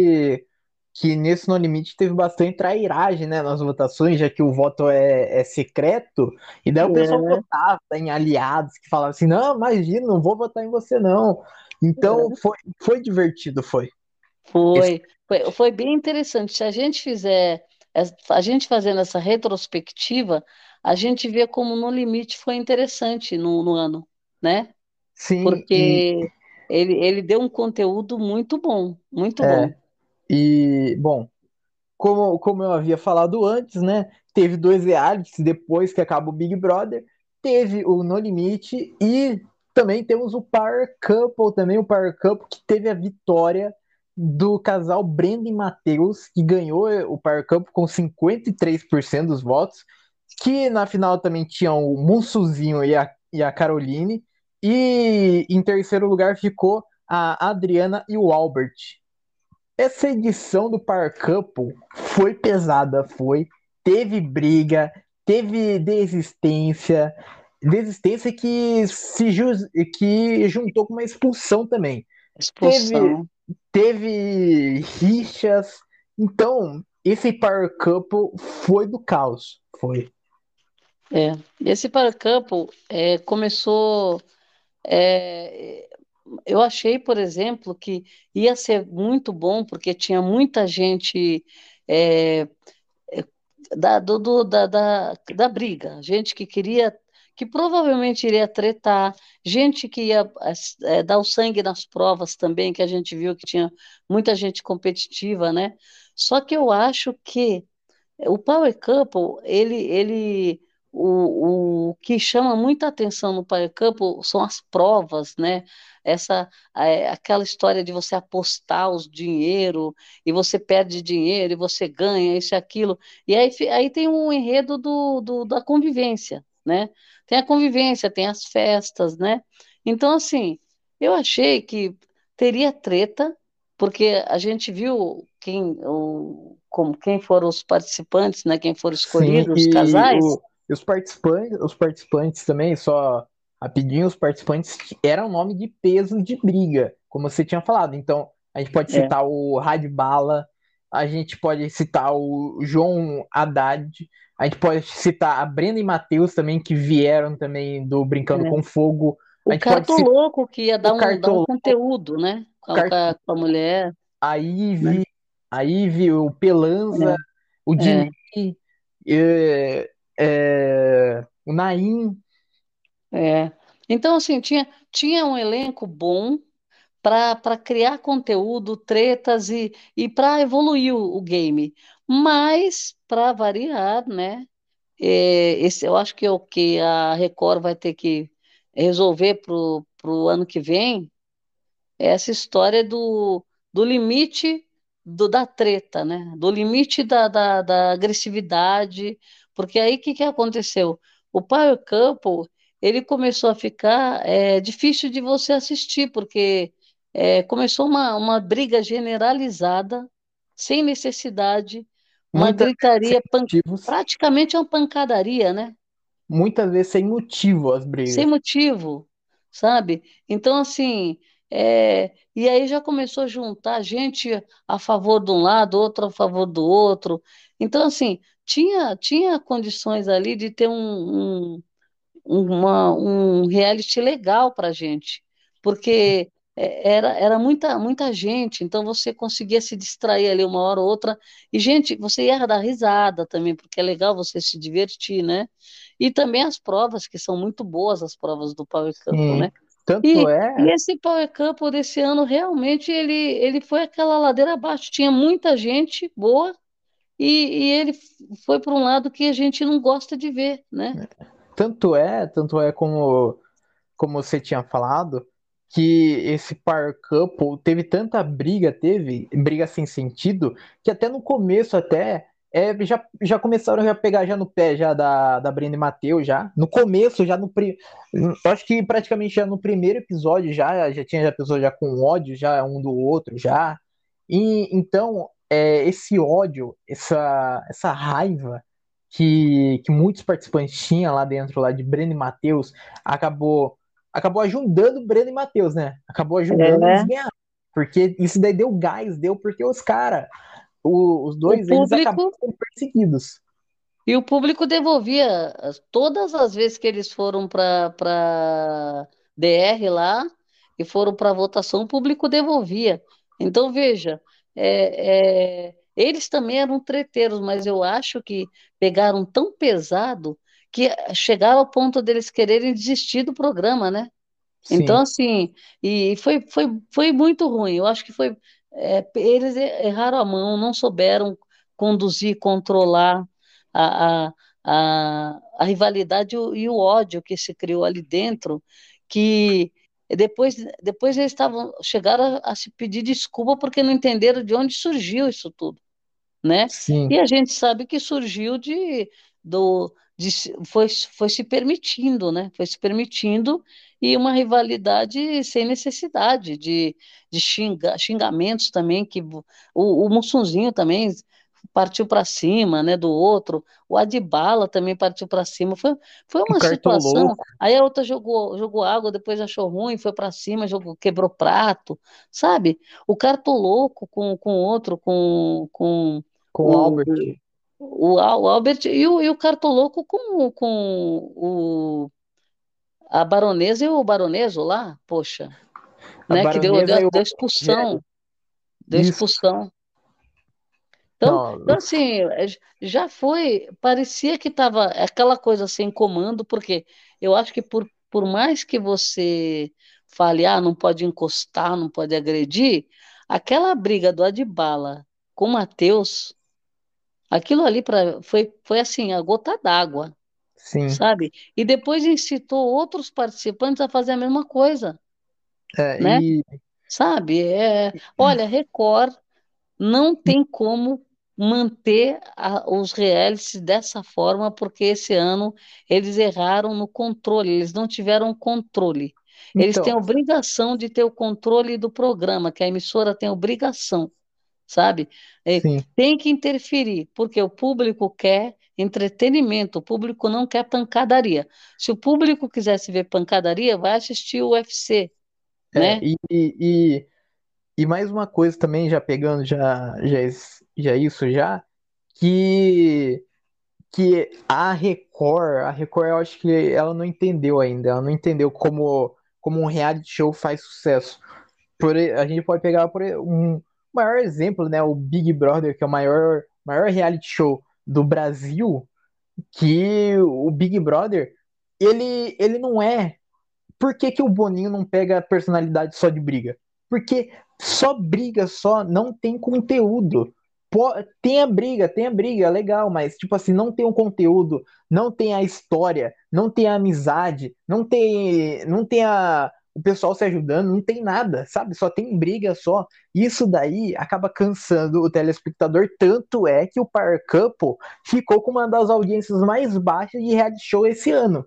que nesse No Limite teve bastante trairagem, né, nas votações, já que o voto é secreto, e daí o pessoal É, votava em aliados que falavam assim, não, imagina, não vou votar em você não. Então é. foi divertido, foi. Esse- Foi bem interessante. Se a gente a gente fazendo essa retrospectiva, a gente vê como No Limite foi interessante no ano, né? sim, Porque ele deu um conteúdo muito bom, muito bom. é, bom, como eu havia falado antes, né? Teve dois realities depois que acaba o Big Brother, teve o No Limite e também temos o Power Couple também, o Power Couple que teve a vitória do casal Brenda e Matheus, que ganhou o Power Couple com 53% dos votos, que na final também tinham o Mussuzinho e a Caroline, e em terceiro lugar ficou a Adriana e o Albert. Essa edição do Power Couple foi pesada, foi. Teve briga, teve desistência que juntou com uma expulsão também. Teve, Expulsão. teve rixas. Então, esse Power Couple foi do caos. Foi. É. Esse Power Couple começou. é, eu achei, por exemplo, que ia ser muito bom, porque tinha muita gente. é, da briga, gente que queria, que provavelmente iria tretar, gente que ia dar o sangue nas provas também, que a gente viu que tinha muita gente competitiva, né? Só que eu acho que o Power Couple, o que chama muita atenção no Power Couple são as provas, né? Aquela história de você apostar os dinheiro e você perde dinheiro e você ganha isso e aquilo. E aí tem um enredo da convivência. né? Tem a convivência, tem as festas, né? Então, assim, eu achei que teria treta, porque a gente viu como quem foram os participantes, né? Quem foram Sim, escolhidos, os casais. e os participantes também, só rapidinho, os participantes eram nome de peso de briga, como você tinha falado. Então, a gente pode É, citar o Radbala, a gente pode citar o João Haddad, a gente pode citar a Brenda e Matheus também, que vieram também do Brincando é. com Fogo. A O gente pode citar cartoloco que ia o dar um Cartol, conteúdo, né? Com a mulher, a né? Ivy, o Pelanza, o É, Dili, é. o Naim. É. Então, assim, tinha um elenco bom para criar conteúdo, tretas e para evoluir o game. Mas, para variar, né? Eu acho que é o que a Record vai ter que resolver pro ano que vem é essa história do limite da treta, né? Do limite da agressividade, porque aí o que que aconteceu? O Power Couple, ele começou a ficar difícil de você assistir, porque começou uma briga generalizada, sem necessidade, uma Muitas vezes sem gritaria, motivos, praticamente uma pancadaria, né? muitas vezes sem motivo as Sem brigas. motivo, sabe? Então, assim, e aí já começou a juntar gente a favor de um lado, outro a favor do outro. Então, assim, tinha condições ali de ter um reality legal para gente, porque era muita gente, então você conseguia se distrair ali uma hora ou outra, e gente, você ia dar risada também, porque é legal você se divertir, né? E também as provas, que são muito boas, as provas do Power Couple, Sim, né? tanto E é, esse Power Couple desse ano, realmente, ele foi aquela ladeira abaixo, tinha muita gente boa, e ele foi para um lado que a gente não gosta de ver, né? tanto é como você tinha falado, que esse Power Couple teve tanta briga, teve briga sem sentido, que até no começo já começaram a pegar já no pé já da Brenda e Matheus já. No começo, eu acho que praticamente já no primeiro episódio já tinha já pessoas já com ódio já um do outro já. E então esse ódio, essa raiva que muitos participantes tinham lá dentro lá de Brenda e Matheus acabou acabou ajudando o Breno e Matheus, né? Acabou ajudando eles a É. ganhar. Porque isso daí deu gás, deu porque os caras, os O dois, eles acabaram público sendo perseguidos. e o público devolvia todas as vezes que eles foram para DR lá e foram para votação, o público devolvia. Então, veja, eles também eram treteiros, mas eu acho que pegaram tão pesado que chegaram ao ponto deles quererem desistir do programa, né? Então, Sim, assim, e foi muito ruim. Eu acho que eles erraram a mão, não souberam conduzir, controlar a, a rivalidade e o ódio que se criou ali dentro, que depois eles chegaram a se pedir desculpa porque não entenderam de onde surgiu isso tudo, né? sim. E a gente sabe que surgiu do, foi se permitindo, né? Foi se permitindo e uma rivalidade sem necessidade de xingamentos também, o Mussunzinho também partiu para cima, né, do outro, o Adbala também partiu para cima, foi O uma situação, Cartoloco. aí a outra jogou água, depois achou ruim, foi para cima, quebrou prato, sabe? O Cartoloco com o outro, com Com o o, Albert. o Albert e o Cartoloco a baronesa e o baroneso lá, poxa, A né, que deu, Baronesa deu, e o deu Rogério. expulsão, deu Isso. expulsão. Então, Não, assim, já parecia que estava aquela coisa sem comando, porque eu acho que por mais que você fale, não pode encostar, não pode agredir, aquela briga do Adbala com o Matheus, aquilo ali foi assim, a gota d'água, sim. sabe? E depois incitou outros participantes a fazer a mesma coisa, né? E Sabe? Olha, Record não tem como. manter os realities dessa forma, porque esse ano eles erraram no controle, eles não tiveram controle. Eles têm a Então, obrigação de ter o controle do programa, que a emissora tem obrigação, sabe? É, sim. tem que interferir, porque o público quer entretenimento, o público não quer pancadaria. Se o público quisesse ver pancadaria, vai assistir o UFC, É, né? e mais uma coisa também, já pegando já isso já, que, que a Record eu acho que ela não entendeu ainda, ela não entendeu como um reality show faz sucesso. A gente pode pegar um maior exemplo, né, o Big Brother, que é o maior reality show do Brasil, que o Big Brother, ele não é. Por que que o Boninho não pega a personalidade só de briga? Porque só briga, só não tem conteúdo. Tem a briga, legal, mas tipo assim, não tem o conteúdo, não tem a história, não tem a amizade, não tem o pessoal se ajudando, não tem nada, sabe? Só tem briga só. Isso daí acaba cansando o telespectador, tanto é que o Power Couple ficou com uma das audiências mais baixas de reality show esse ano.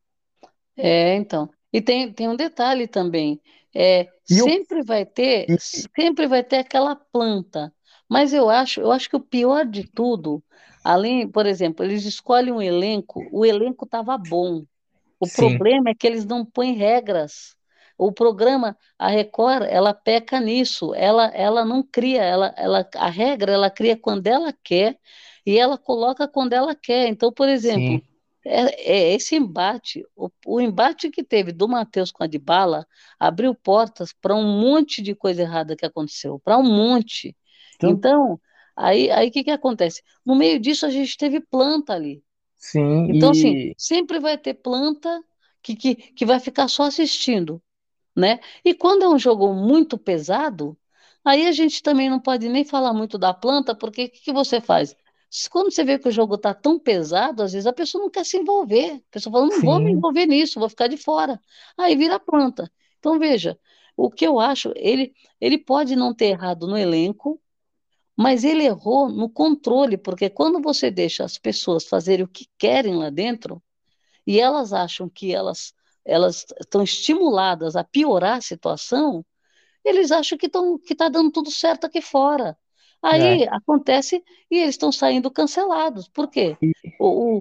É, então. E tem um detalhe também. E o Sempre vai ter aquela planta. Mas eu acho que o pior de tudo, além, por exemplo, eles escolhem um elenco, o elenco estava bom. O sim, problema é que eles não põem regras. O programa, a Record, ela peca nisso. Ela não cria, a regra ela cria quando ela quer e ela coloca quando ela quer. Então, por sim. exemplo, esse embate, o embate que teve do Matheus com a Dybala abriu portas para um monte de coisa errada que aconteceu, para um monte. Então, Então, aí o que que acontece? No meio disso, a gente teve planta ali. sim, Então, assim, sempre vai ter planta que vai ficar só assistindo, né? E quando é um jogo muito pesado, aí a gente também não pode nem falar muito da planta, porque o que que você faz? Quando você vê que o jogo está tão pesado, às vezes a pessoa não quer se envolver. A pessoa fala, não vou me sim, envolver nisso, vou ficar de fora. Aí vira planta. Então, veja, o que eu acho, ele pode não ter errado no elenco, mas ele errou no controle, porque quando você deixa as pessoas fazerem o que querem lá dentro, e elas acham que elas estão estimuladas a piorar a situação, eles acham que está dando tudo certo aqui fora. é, Aí acontece e eles estão saindo cancelados. Por quê? e-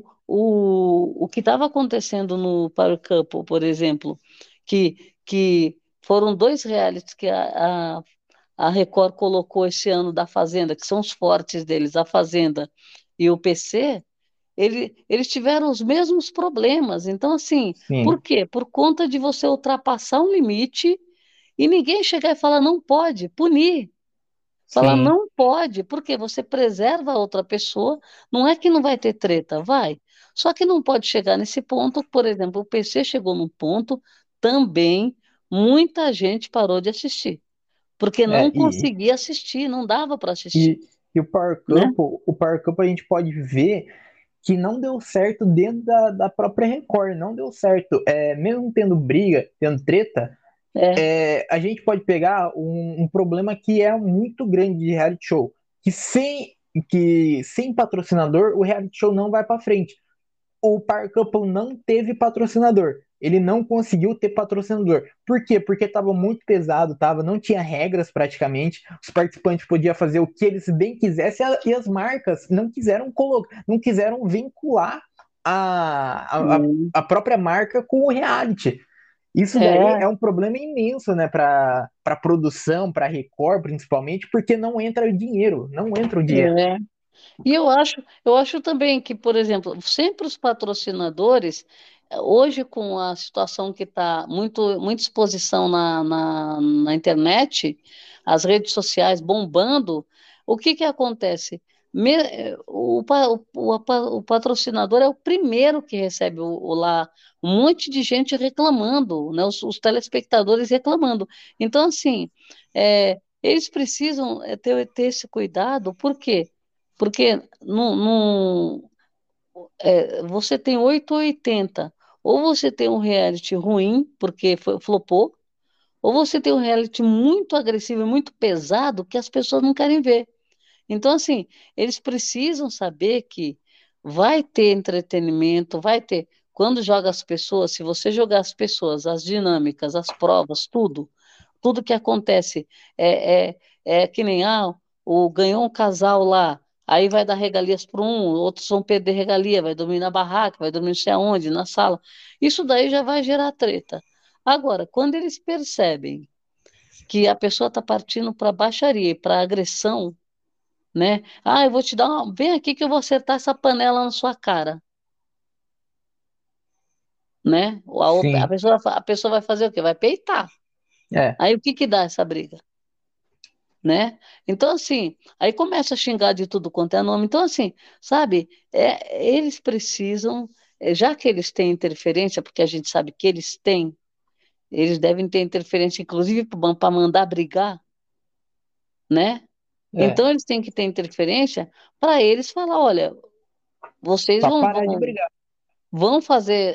O que estava acontecendo no Power Couple, por exemplo, que foram dois realities que a Record colocou esse ano da Fazenda, que são os fortes deles, a Fazenda e o PC, eles tiveram os mesmos problemas. Então, assim, por sim, quê? Por conta de você ultrapassar um limite e ninguém chegar e falar não pode, punir. Falar sim, não pode, porque você preserva a outra pessoa, não é que não vai ter treta, vai. Só que não pode chegar nesse ponto, por exemplo, o PC chegou num ponto, também muita gente parou de assistir, porque é, não conseguia assistir, não dava para assistir, e, e né? O Power Couple a gente pode ver que não deu certo dentro da própria Record, não deu certo. Mesmo tendo briga, tendo treta, É, a gente pode pegar um problema que é muito grande de reality show, que sem patrocinador o reality show não vai para frente. O Power Couple não teve patrocinador. Ele não conseguiu ter patrocinador. Por quê? Porque estava muito pesado, não tinha regras praticamente. Os participantes podiam fazer o que eles bem quisessem e as marcas não quiseram colocar, não quiseram vincular a própria marca com o reality. Isso daí é, é um problema imenso, né, para produção, para Record principalmente, porque não entra dinheiro, não entra o dinheiro. é. E eu acho também que, por exemplo, sempre os patrocinadores, hoje com a situação que está muita exposição na internet, as redes sociais bombando, o que que acontece? O patrocinador é o primeiro que recebe lá um monte de gente reclamando, né? Os telespectadores reclamando. Então, assim, eles precisam ter esse cuidado, por quê? Porque você tem 8 ou 80. Ou você tem um reality ruim, porque flopou, ou você tem um reality muito agressivo e muito pesado que as pessoas não querem ver. Então, assim, eles precisam saber que vai ter entretenimento, vai ter. Quando joga as pessoas, se você jogar as pessoas, as dinâmicas, as provas, tudo que acontece é que nem, ganhou um casal lá, aí vai dar regalias para um, outros vão perder regalia, vai dormir na barraca, vai dormir não sei aonde, na sala. Isso daí já vai gerar treta. Agora, quando eles percebem que a pessoa está partindo para baixaria e para agressão, né? Eu vou te dar uma. Vem aqui que eu vou acertar essa panela na sua cara, né? A Sim, pessoa, a pessoa vai fazer o quê? Vai peitar. é, Aí o que que dá essa briga, né? Então, assim, aí começa a xingar de tudo quanto é nome. Então, assim, sabe, eles precisam, já que eles têm interferência, porque a gente sabe que eles devem ter interferência, inclusive para mandar brigar, né? é, Então, eles têm que ter interferência para eles falar, olha, vocês pra parar de brigar. vão fazer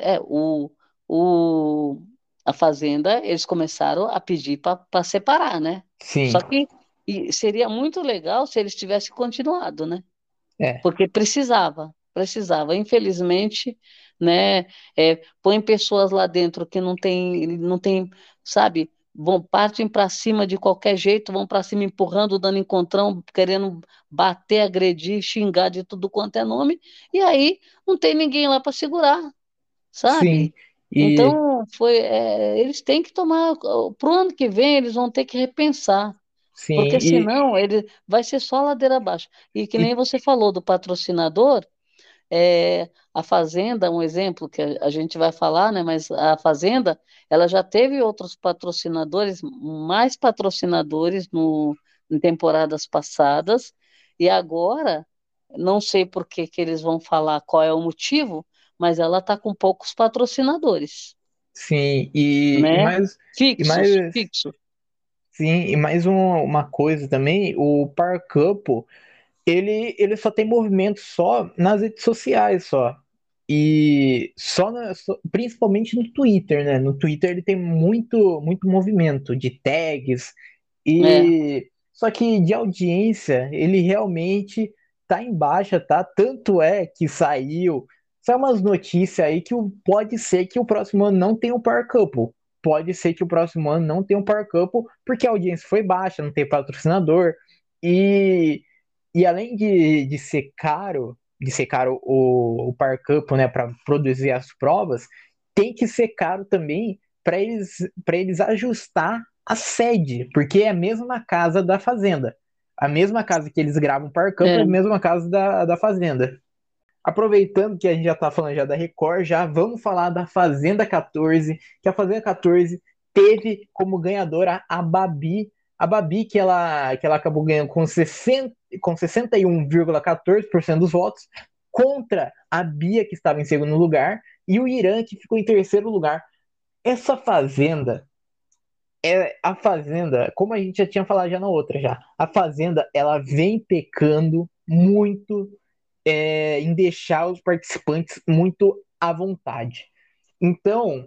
o, a fazenda, eles começaram a pedir para separar, né? Sim, Só que seria muito legal se eles tivessem continuado, né? é, Porque precisava. Infelizmente, né? Põe pessoas lá dentro que não tem, sabe? Partem para cima de qualquer jeito, vão para cima empurrando, dando encontrão, querendo bater, agredir, xingar de tudo quanto é nome, e aí não tem ninguém lá para segurar, sim. sabe? E Então, eles têm que tomar, para o ano que vem, eles vão ter que repensar, sim, porque senão ele vai ser só ladeira abaixo. E que e nem você falou do patrocinador, a Fazenda, um exemplo que a gente vai falar, né? Mas a Fazenda, ela já teve outros patrocinadores, mais patrocinadores em temporadas passadas, e agora, não sei por que que eles vão falar qual é o motivo, mas ela está com poucos patrocinadores, sim, né? e Fixos, mais, fixos. sim, e mais uma coisa também, o Power Couple, ele só tem movimento só nas redes sociais só. E principalmente no Twitter, né? No Twitter ele tem muito movimento de tags É, e só que de audiência ele realmente tá em baixa, tá? Tanto é que saiu umas notícias aí que pode ser que o próximo ano não tenha o Power Couple. Pode ser que o próximo ano não tenha o Power Couple porque a audiência foi baixa, não tem patrocinador e além de ser caro o Par Cup, né, para produzir as provas, tem que ser caro também para eles ajustar a sede, porque é a mesma casa da fazenda. A mesma casa que eles gravam Par Cup é a é. mesma casa da fazenda. Aproveitando que a gente já está falando já da Record, já vamos falar da Fazenda 14, que a Fazenda 14 teve como ganhadora a Babi que ela acabou ganhando com 61,14% dos votos, contra a Bia, que estava em segundo lugar, e o Irã, que ficou em terceiro lugar. Essa Fazenda, a Fazenda, como a gente já tinha falado já na outra já, a Fazenda, ela vem pecando muito em deixar os participantes muito à vontade. Então,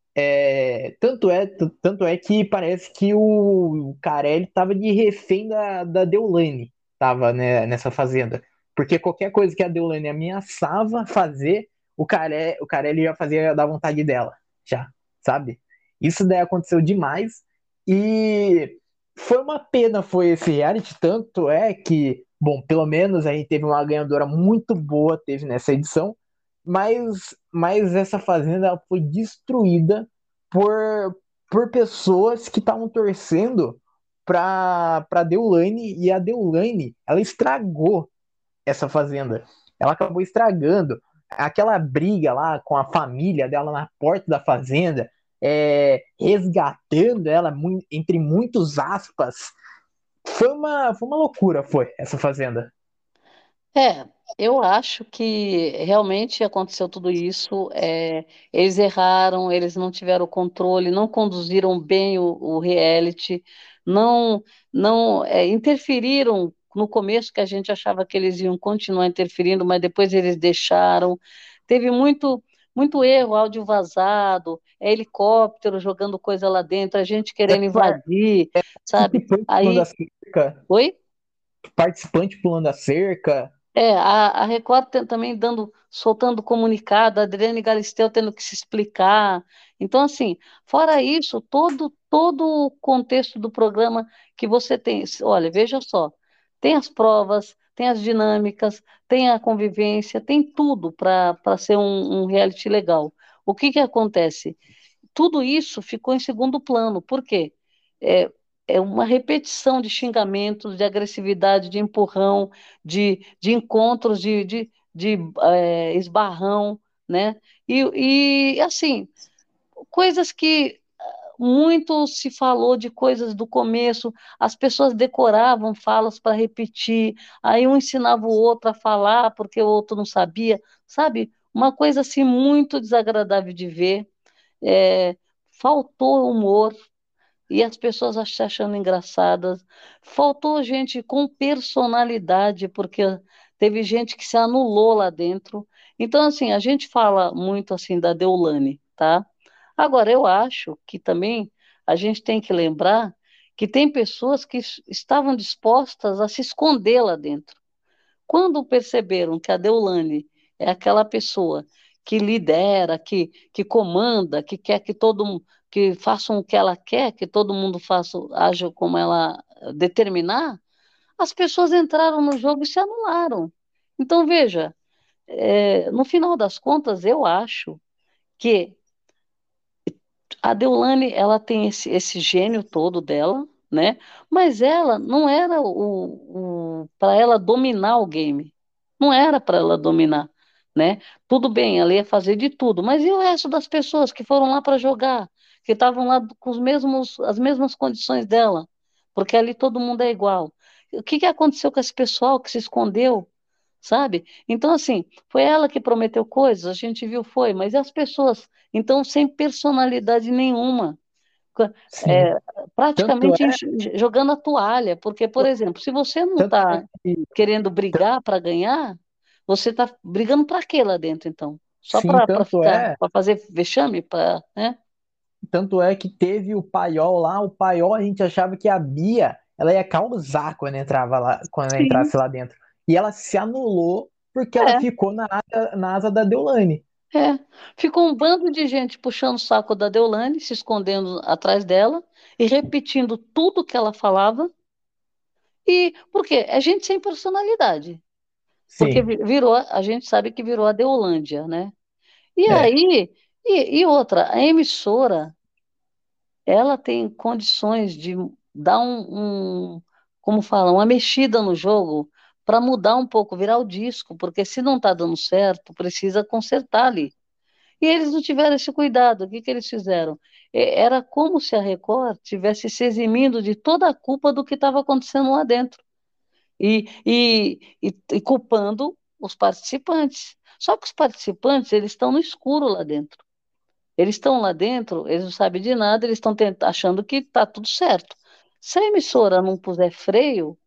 tanto é que parece que o Carelli estava de refém da Deolane, estava, né, nessa fazenda. Porque qualquer coisa que a Deolane ameaçava fazer, o Carelli já fazia da vontade dela, já, sabe? Isso daí aconteceu demais e foi uma pena, foi esse reality, tanto é que, bom, pelo menos a gente teve uma ganhadora muito boa, teve nessa edição, mas essa fazenda ela foi destruída por, por pessoas que estavam torcendo para Deulane e a Deulane ela estragou essa fazenda. Ela acabou estragando aquela briga lá com a família dela na porta da fazenda, resgatando ela entre muitos aspas. Foi uma loucura, foi essa fazenda. É, eu acho que realmente aconteceu tudo isso. Eles erraram, eles não tiveram controle, não conduziram bem o reality, não, não interferiram no começo que a gente achava que eles iam continuar interferindo, mas depois eles deixaram. Teve muito erro, áudio vazado, helicóptero jogando coisa lá dentro, a gente querendo Essa invadir, que sabe? foi em cima Aí, das cercas. oi? participante pulando a cerca. A Record também soltando comunicado, a Adriane Galisteu tendo que se explicar. Então, assim, fora isso, todo o contexto do programa que você tem, olha, veja só, tem as provas, tem as dinâmicas, tem a convivência, tem tudo para ser um reality legal. O que que acontece? Tudo isso ficou em segundo plano. Por quê? É, é uma repetição de xingamentos, de agressividade, de empurrão, de encontros, de esbarrão, né? Assim, coisas que muito se falou de coisas do começo, as pessoas decoravam falas para repetir, aí um ensinava o outro a falar porque o outro não sabia, sabe? Uma coisa assim muito desagradável de ver. É, faltou humor e as pessoas se achando engraçadas. Faltou gente com personalidade, porque teve gente que se anulou lá dentro. Então, assim, a gente fala muito assim da Deolane, tá? Agora, eu acho que também a gente tem que lembrar que tem pessoas que estavam dispostas a se esconder lá dentro. Quando perceberam que a Deolane é aquela pessoa que lidera, que comanda, que quer que que façam o que ela quer, que todo mundo faça, haja como ela determinar, as pessoas entraram no jogo e se anularam. Então, veja, no final das contas, eu acho que a Deolane, ela tem esse gênio todo dela, né? Mas ela não era para ela dominar o game. Não era para ela dominar, né? Tudo bem, ela ia fazer de tudo, mas e o resto das pessoas que foram lá para jogar, que estavam lá com as mesmas condições dela? Porque ali todo mundo é igual. O que que aconteceu com esse pessoal que se escondeu? Sabe? Então, assim, foi ela que prometeu coisas, a gente viu, foi, mas e as pessoas, então, sem personalidade nenhuma, ca- Sim. é, Tanto praticamente é, jogando a toalha, porque, por exemplo, se você não tanto é está que, querendo tan- brigar para ganhar, você está brigando para quê lá dentro, então? Só sim, para ficar, para fazer vexame, né? tanto é que teve o Paiol lá, o Paiol a gente achava que a Bia, ela ia causar quando entrava lá, quando ela Sim, entrasse lá dentro. E ela se anulou porque ela é, ficou na asa da Deolane. é. Ficou um bando de gente puxando o saco da Deolane, se escondendo atrás dela e repetindo tudo que ela falava. E por quê? É gente sem personalidade. Porque Sim, virou, a gente sabe que virou a Deolândia, né? E é, aí, e outra, a emissora, ela tem condições de dar como fala, uma mexida no jogo para mudar um pouco, virar o disco, porque se não está dando certo, precisa consertar ali. E eles não tiveram esse cuidado. O que que eles fizeram? Era como se a Record tivesse se eximindo de toda a culpa do que estava acontecendo lá dentro. E culpando os participantes. Só que os participantes, eles estão no escuro lá dentro. Eles estão lá dentro, eles não sabem de nada, eles estão achando que está tudo certo. Se a emissora não puser freio,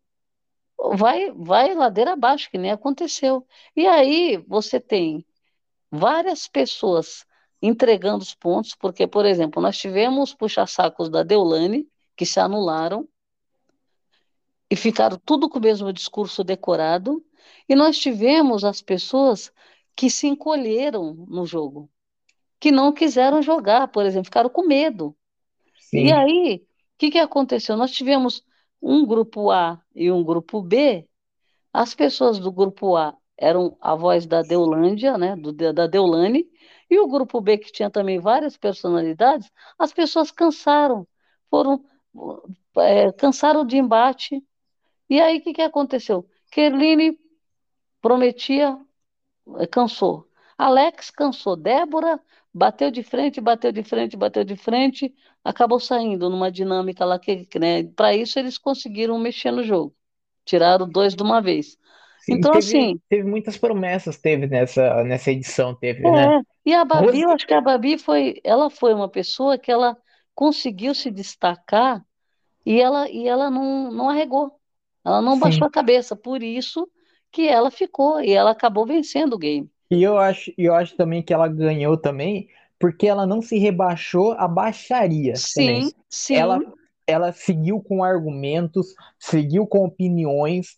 vai ladeira abaixo, que nem aconteceu. E aí você tem várias pessoas entregando os pontos, porque, por exemplo, nós tivemos puxa-sacos da Deolane, que se anularam, e ficaram tudo com o mesmo discurso decorado, e nós tivemos as pessoas que se encolheram no jogo, que não quiseram jogar, por exemplo, ficaram com medo. E sim, aí, o que que aconteceu? Nós tivemos um grupo A e um grupo B. As pessoas do grupo A eram a voz da Deolândia, né, da Deolane, e o grupo B, que tinha também várias personalidades, as pessoas cansaram, foram, cansaram de embate. E aí, o que que aconteceu? Kerline prometia, cansou. Alex cansou. Débora bateu de frente, bateu de frente, bateu de frente, acabou saindo numa dinâmica lá que, né, para isso eles conseguiram mexer no jogo. Tiraram dois de uma vez. sim. E Então, assim, teve muitas promessas, teve nessa edição, teve, né? é. E a Babi, eu Rose, acho que a Babi ela foi uma pessoa que ela conseguiu se destacar e ela não arregou. Ela não baixou sim. a cabeça, por isso que ela ficou e ela acabou vencendo o game. E eu acho também que ela ganhou também, porque ela não se rebaixou à baixaria também. Sim, Ela, sim, ela seguiu com argumentos, seguiu com opiniões.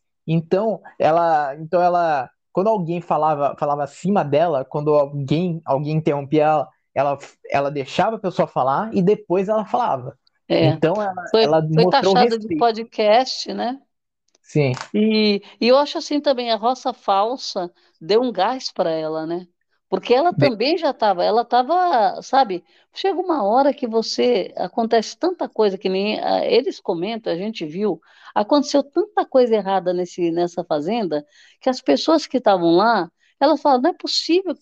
Quando alguém falava acima dela, quando alguém interrompia ela deixava a pessoa falar e depois ela falava. É. Então ela Foi mostrou taxada de respeito. podcast, né? Sim, E eu acho assim também, a Roça Falsa deu um gás para ela, né? Porque ela de- também já estava, ela estava, sabe? Chega uma hora que acontece tanta coisa que nem eles comentam, a gente viu, aconteceu tanta coisa errada nessa fazenda, que as pessoas que estavam lá, elas falam, não é possível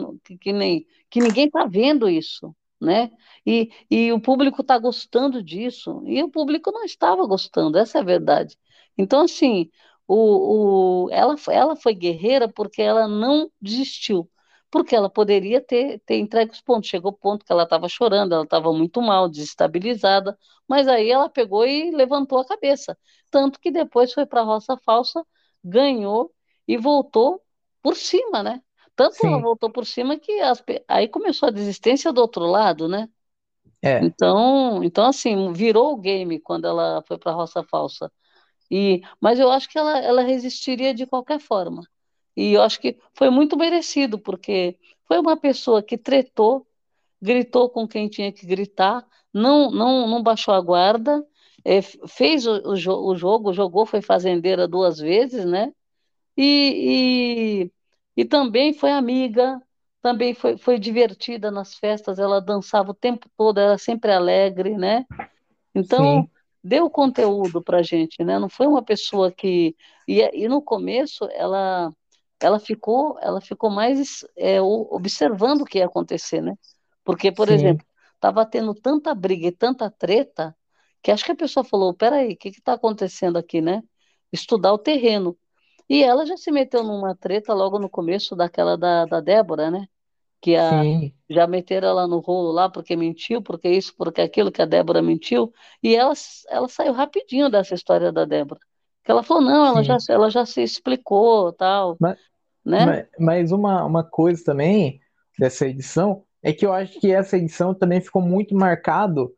que ninguém está vendo isso, né? E o público está gostando disso, e o público não estava gostando, essa é a verdade. Então, assim, ela foi guerreira porque ela não desistiu, porque ela poderia ter entregue os pontos. Chegou o ponto que ela estava chorando, ela estava muito mal, desestabilizada, mas aí ela pegou e levantou a cabeça. Tanto que depois foi para a Roça Falsa, ganhou e voltou por cima, né? Tanto ela sim, voltou por cima que aí começou a desistência do outro lado, né? é, Então assim, virou o game quando ela foi para a Roça Falsa. Mas eu acho que ela resistiria de qualquer forma. E eu acho que foi muito merecido, porque foi uma pessoa que tretou, gritou com quem tinha que gritar, não baixou a guarda, fez o jogo, jogou, foi fazendeira 2 vezes, né? E, e também foi amiga, também foi divertida nas festas, ela dançava o tempo todo, era sempre alegre, né? Então, sim, deu conteúdo para a gente, né? Não foi uma pessoa que. E no começo, ela ficou mais observando o que ia acontecer, né? Porque, por sim, exemplo, estava tendo tanta briga e tanta treta, que acho que a pessoa falou: peraí, o que está acontecendo aqui, né? Estudar o terreno. E ela já se meteu numa treta logo no começo daquela da Débora, né? sim, Já meteram ela no rolo lá porque mentiu, porque isso, porque aquilo, que a Débora mentiu, e ela saiu rapidinho dessa história da Débora. Que ela falou, não, sim. ela já se explicou, tal, Mas, né? mas uma coisa também dessa edição é que eu acho que essa edição também ficou muito marcado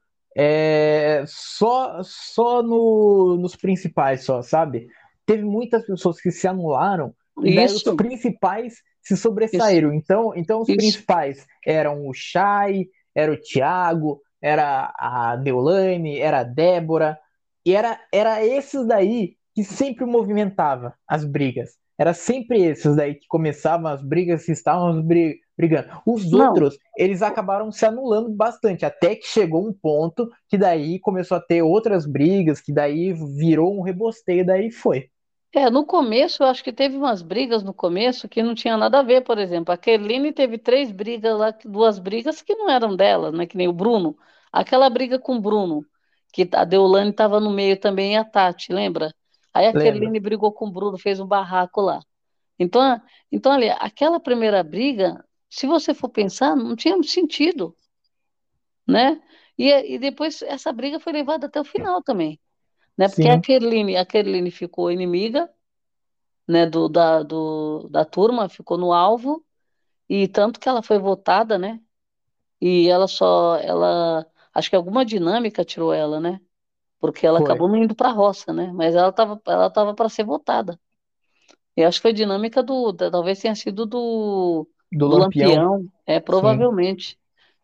só nos principais, só, sabe? Teve muitas pessoas que se anularam e daí os Isso, principais se isso, sobressaíram. Então os isso. principais eram o Chay, era o Thiago, era a Deolane, era a Débora, e era esses daí que sempre movimentava as brigas. Era sempre esses daí que começavam as brigas, que estavam brigando. Os Não, outros, eles acabaram se anulando bastante, até que chegou um ponto que daí começou a ter outras brigas, que daí virou um rebosteio, daí foi. no começo, eu acho que teve umas brigas no começo que não tinha nada a ver, por exemplo. A Kerline teve 3 brigas lá, 2 brigas que não eram dela, né? Que nem o Bruno. Aquela briga com o Bruno, que a Deolane estava no meio também, e a Tati, lembra? Aí a Lembro. Kerline brigou com o Bruno, fez um barraco lá. Então, então ali, aquela primeira briga, se você for pensar, não tinha sentido, né? E depois essa briga foi levada até o final também, né? Porque a Sim, Kerline ficou inimiga, né, da turma, ficou no alvo, e tanto que ela foi votada, né? E acho que alguma dinâmica tirou ela, né? Porque ela foi. acabou não indo para a roça, né? Mas ela tava para ser votada. Eu acho que foi dinâmica talvez tenha sido Do do Lampião, Lampião, sim. provavelmente.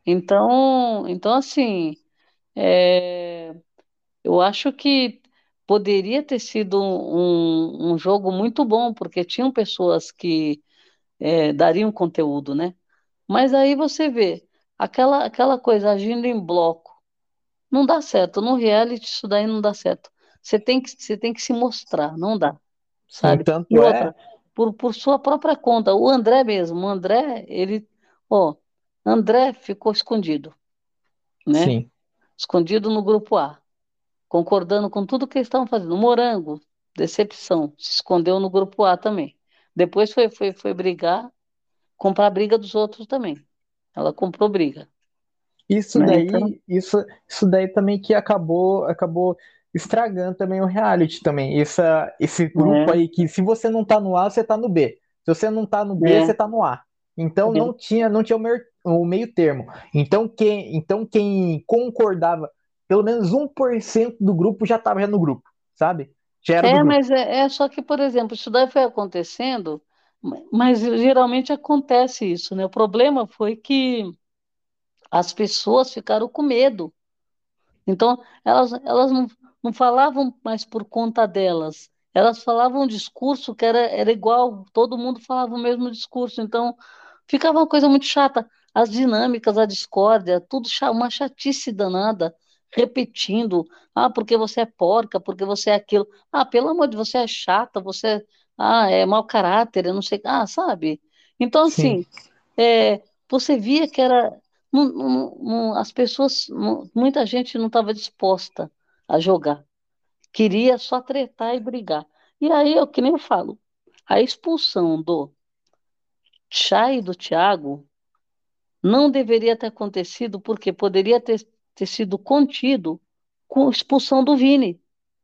Então assim, é, eu acho que poderia ter sido um jogo muito bom, porque tinham pessoas que dariam conteúdo, né? Mas aí você vê, aquela coisa agindo em bloco, não dá certo. No reality, isso daí não dá certo. Você tem que se mostrar, não dá, Sim, sabe? E tanto é, outra, por sua própria conta. O André mesmo, o André, ó, André ficou escondido, né? sim. Escondido no grupo A, concordando com tudo que eles estavam fazendo. O Morango, decepção, se escondeu no grupo A também. Depois foi brigar, comprar a briga dos outros também. Ela comprou briga, Isso né? Então, daí, isso daí também que acabou estragando também o reality também. Esse grupo é, aí que se você não tá no A, você tá no B. Se você não tá no B, é, você tá no A. Então é, não tinha o meio termo. Então quem concordava pelo menos 1% do grupo já estava já no grupo, sabe? Já era do grupo. Mas é só que, por exemplo, isso daí foi acontecendo, mas geralmente acontece isso, né? O problema foi que as pessoas ficaram com medo. Então, elas não falavam mais por conta delas. Elas falavam um discurso que era igual, todo mundo falava o mesmo discurso. Então, ficava uma coisa muito chata. As dinâmicas, a discórdia, tudo uma chatice danada, repetindo. Ah, porque você é porca, porque você é aquilo. Ah, pelo amor de Deus, você é chata, você é mau caráter, eu não sei. Ah, sabe? Então, Sim. assim, você via que era. As pessoas, muita gente não estava disposta a jogar, queria só tretar e brigar. E aí, que nem eu falo, a expulsão do Chay e do Thiago não deveria ter acontecido, porque poderia ter sido contido com a expulsão do Vini.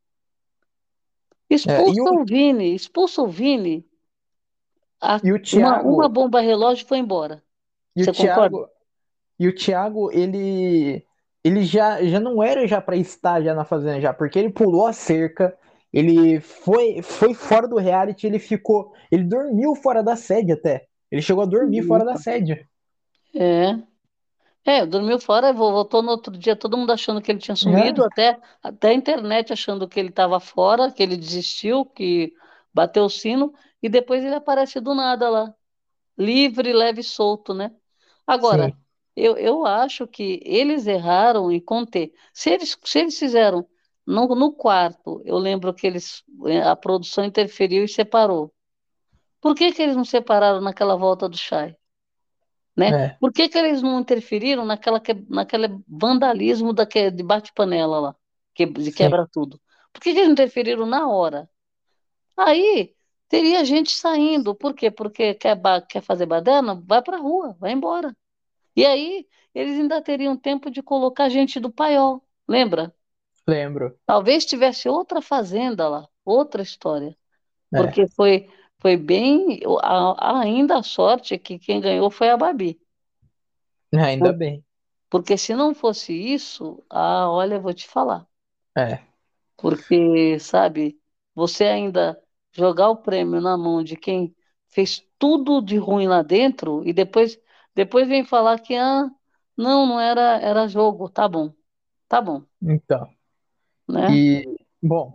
É, Expulsa o Vini, e o uma Thiago, bomba relógio foi embora. e o Você concorda? Thiago, e o Thiago, ele já não era já para estar já na fazenda já, porque ele pulou a cerca, ele foi fora do reality, ele dormiu fora da sede até. Ele chegou a dormir fora da sede. É. Dormiu fora, voltou no outro dia, todo mundo achando que ele tinha sumido, É, até a internet achando que ele estava fora, que ele desistiu, que bateu o sino, e depois ele aparece do nada lá, livre, leve e solto, né? Agora, sim, eu acho que eles erraram em conter. Se eles fizeram no quarto, eu lembro que a produção interferiu e separou. Por que que eles não separaram naquela volta do chá? Né? é, Por que que eles não interferiram naquele vandalismo de bate-panela lá, de sim, quebra tudo? Por que que eles não interferiram na hora? Aí teria gente saindo. Por quê? Porque quer fazer baderna? Vai para a rua, vai embora. E aí eles ainda teriam tempo de colocar gente do paiol, lembra? lembro. Talvez tivesse outra fazenda lá, outra história. É, Porque foi bem. Ainda a sorte é que quem ganhou foi a Babi. ainda bem. Porque se não fosse isso, olha, eu vou te falar. É, Porque, sabe, você ainda jogar o prêmio na mão de quem fez tudo de ruim lá dentro e depois vem falar que, não era jogo, tá bom, então. né? E, bom,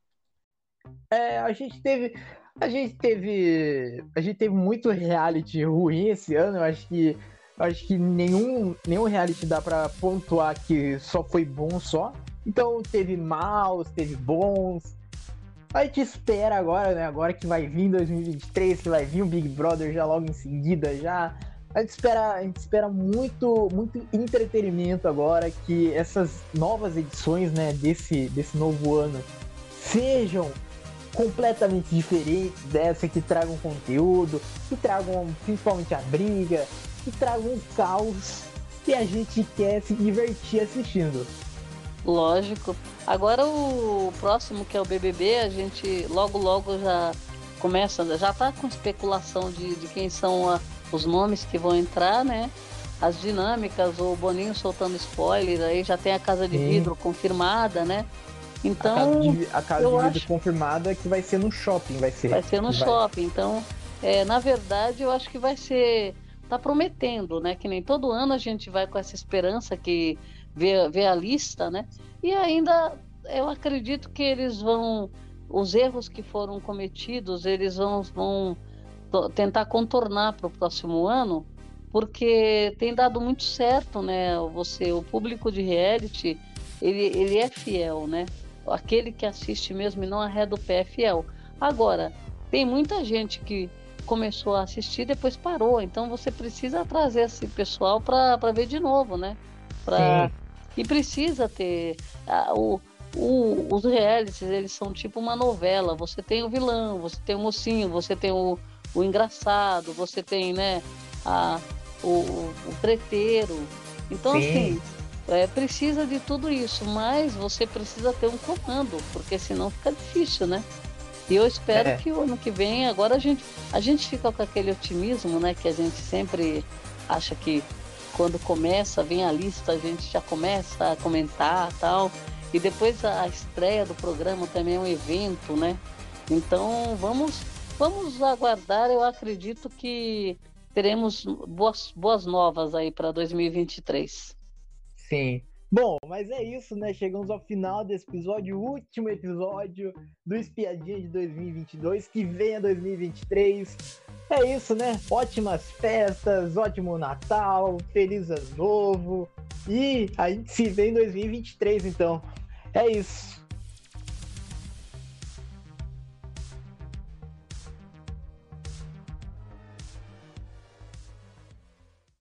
a gente teve. A gente teve muito reality ruim esse ano. Eu acho que nenhum reality dá pra pontuar que só foi bom só. Então teve maus, teve bons. A gente espera agora, né? Agora que vai vir 2023, que vai vir o Big Brother já logo em seguida já. A gente espera muito, muito entretenimento agora, que essas novas edições, né, desse novo ano sejam completamente diferentes dessa, que tragam conteúdo, que tragam principalmente a briga, que tragam um caos que a gente quer se divertir assistindo. Lógico. Agora o próximo, que é o BBB, a gente logo, logo já começa, já está com especulação de quem são os nomes que vão entrar, né? As dinâmicas, o Boninho soltando spoiler, aí já tem a Casa de Sim, Vidro confirmada, né? a casa Então, de, a casa eu de vidro acho confirmada que vai ser no shopping, vai que vai ser. ser no Vai. shopping. Então, na verdade, eu acho que vai ser. Tá prometendo, né? Que nem todo ano a gente vai com essa esperança que vê a lista, né? E ainda eu acredito que eles vão. Os erros que foram cometidos, eles vão tentar contornar para o próximo ano, porque tem dado muito certo, né? O público de reality, ele é fiel, né? Aquele que assiste mesmo e não arreda o pé é fiel. Agora, tem muita gente que começou a assistir e depois parou, então você precisa trazer esse pessoal para ver de novo, né? Pra, Sim, e precisa ter. Os realities, eles são tipo uma novela. Você tem o vilão, você tem o mocinho, você tem o engraçado, você tem, né, a, o treteiro. Então, sim. assim, precisa de tudo isso, mas você precisa ter um comando, porque senão fica difícil, né? E eu espero É, que o ano que vem, agora a gente fica com aquele otimismo, né, que a gente sempre acha que quando começa, vem a lista, a gente já começa a comentar tal. E depois a estreia do programa também é um evento, né? Então vamos aguardar. Eu acredito que teremos boas novas aí para 2023. Sim. Bom, mas é isso, né? Chegamos ao final desse episódio, o último episódio do Espiadinha de 2022, que venha 2023. É isso, né? Ótimas festas, ótimo Natal, feliz ano novo. E a gente se vê em 2023, então. É isso.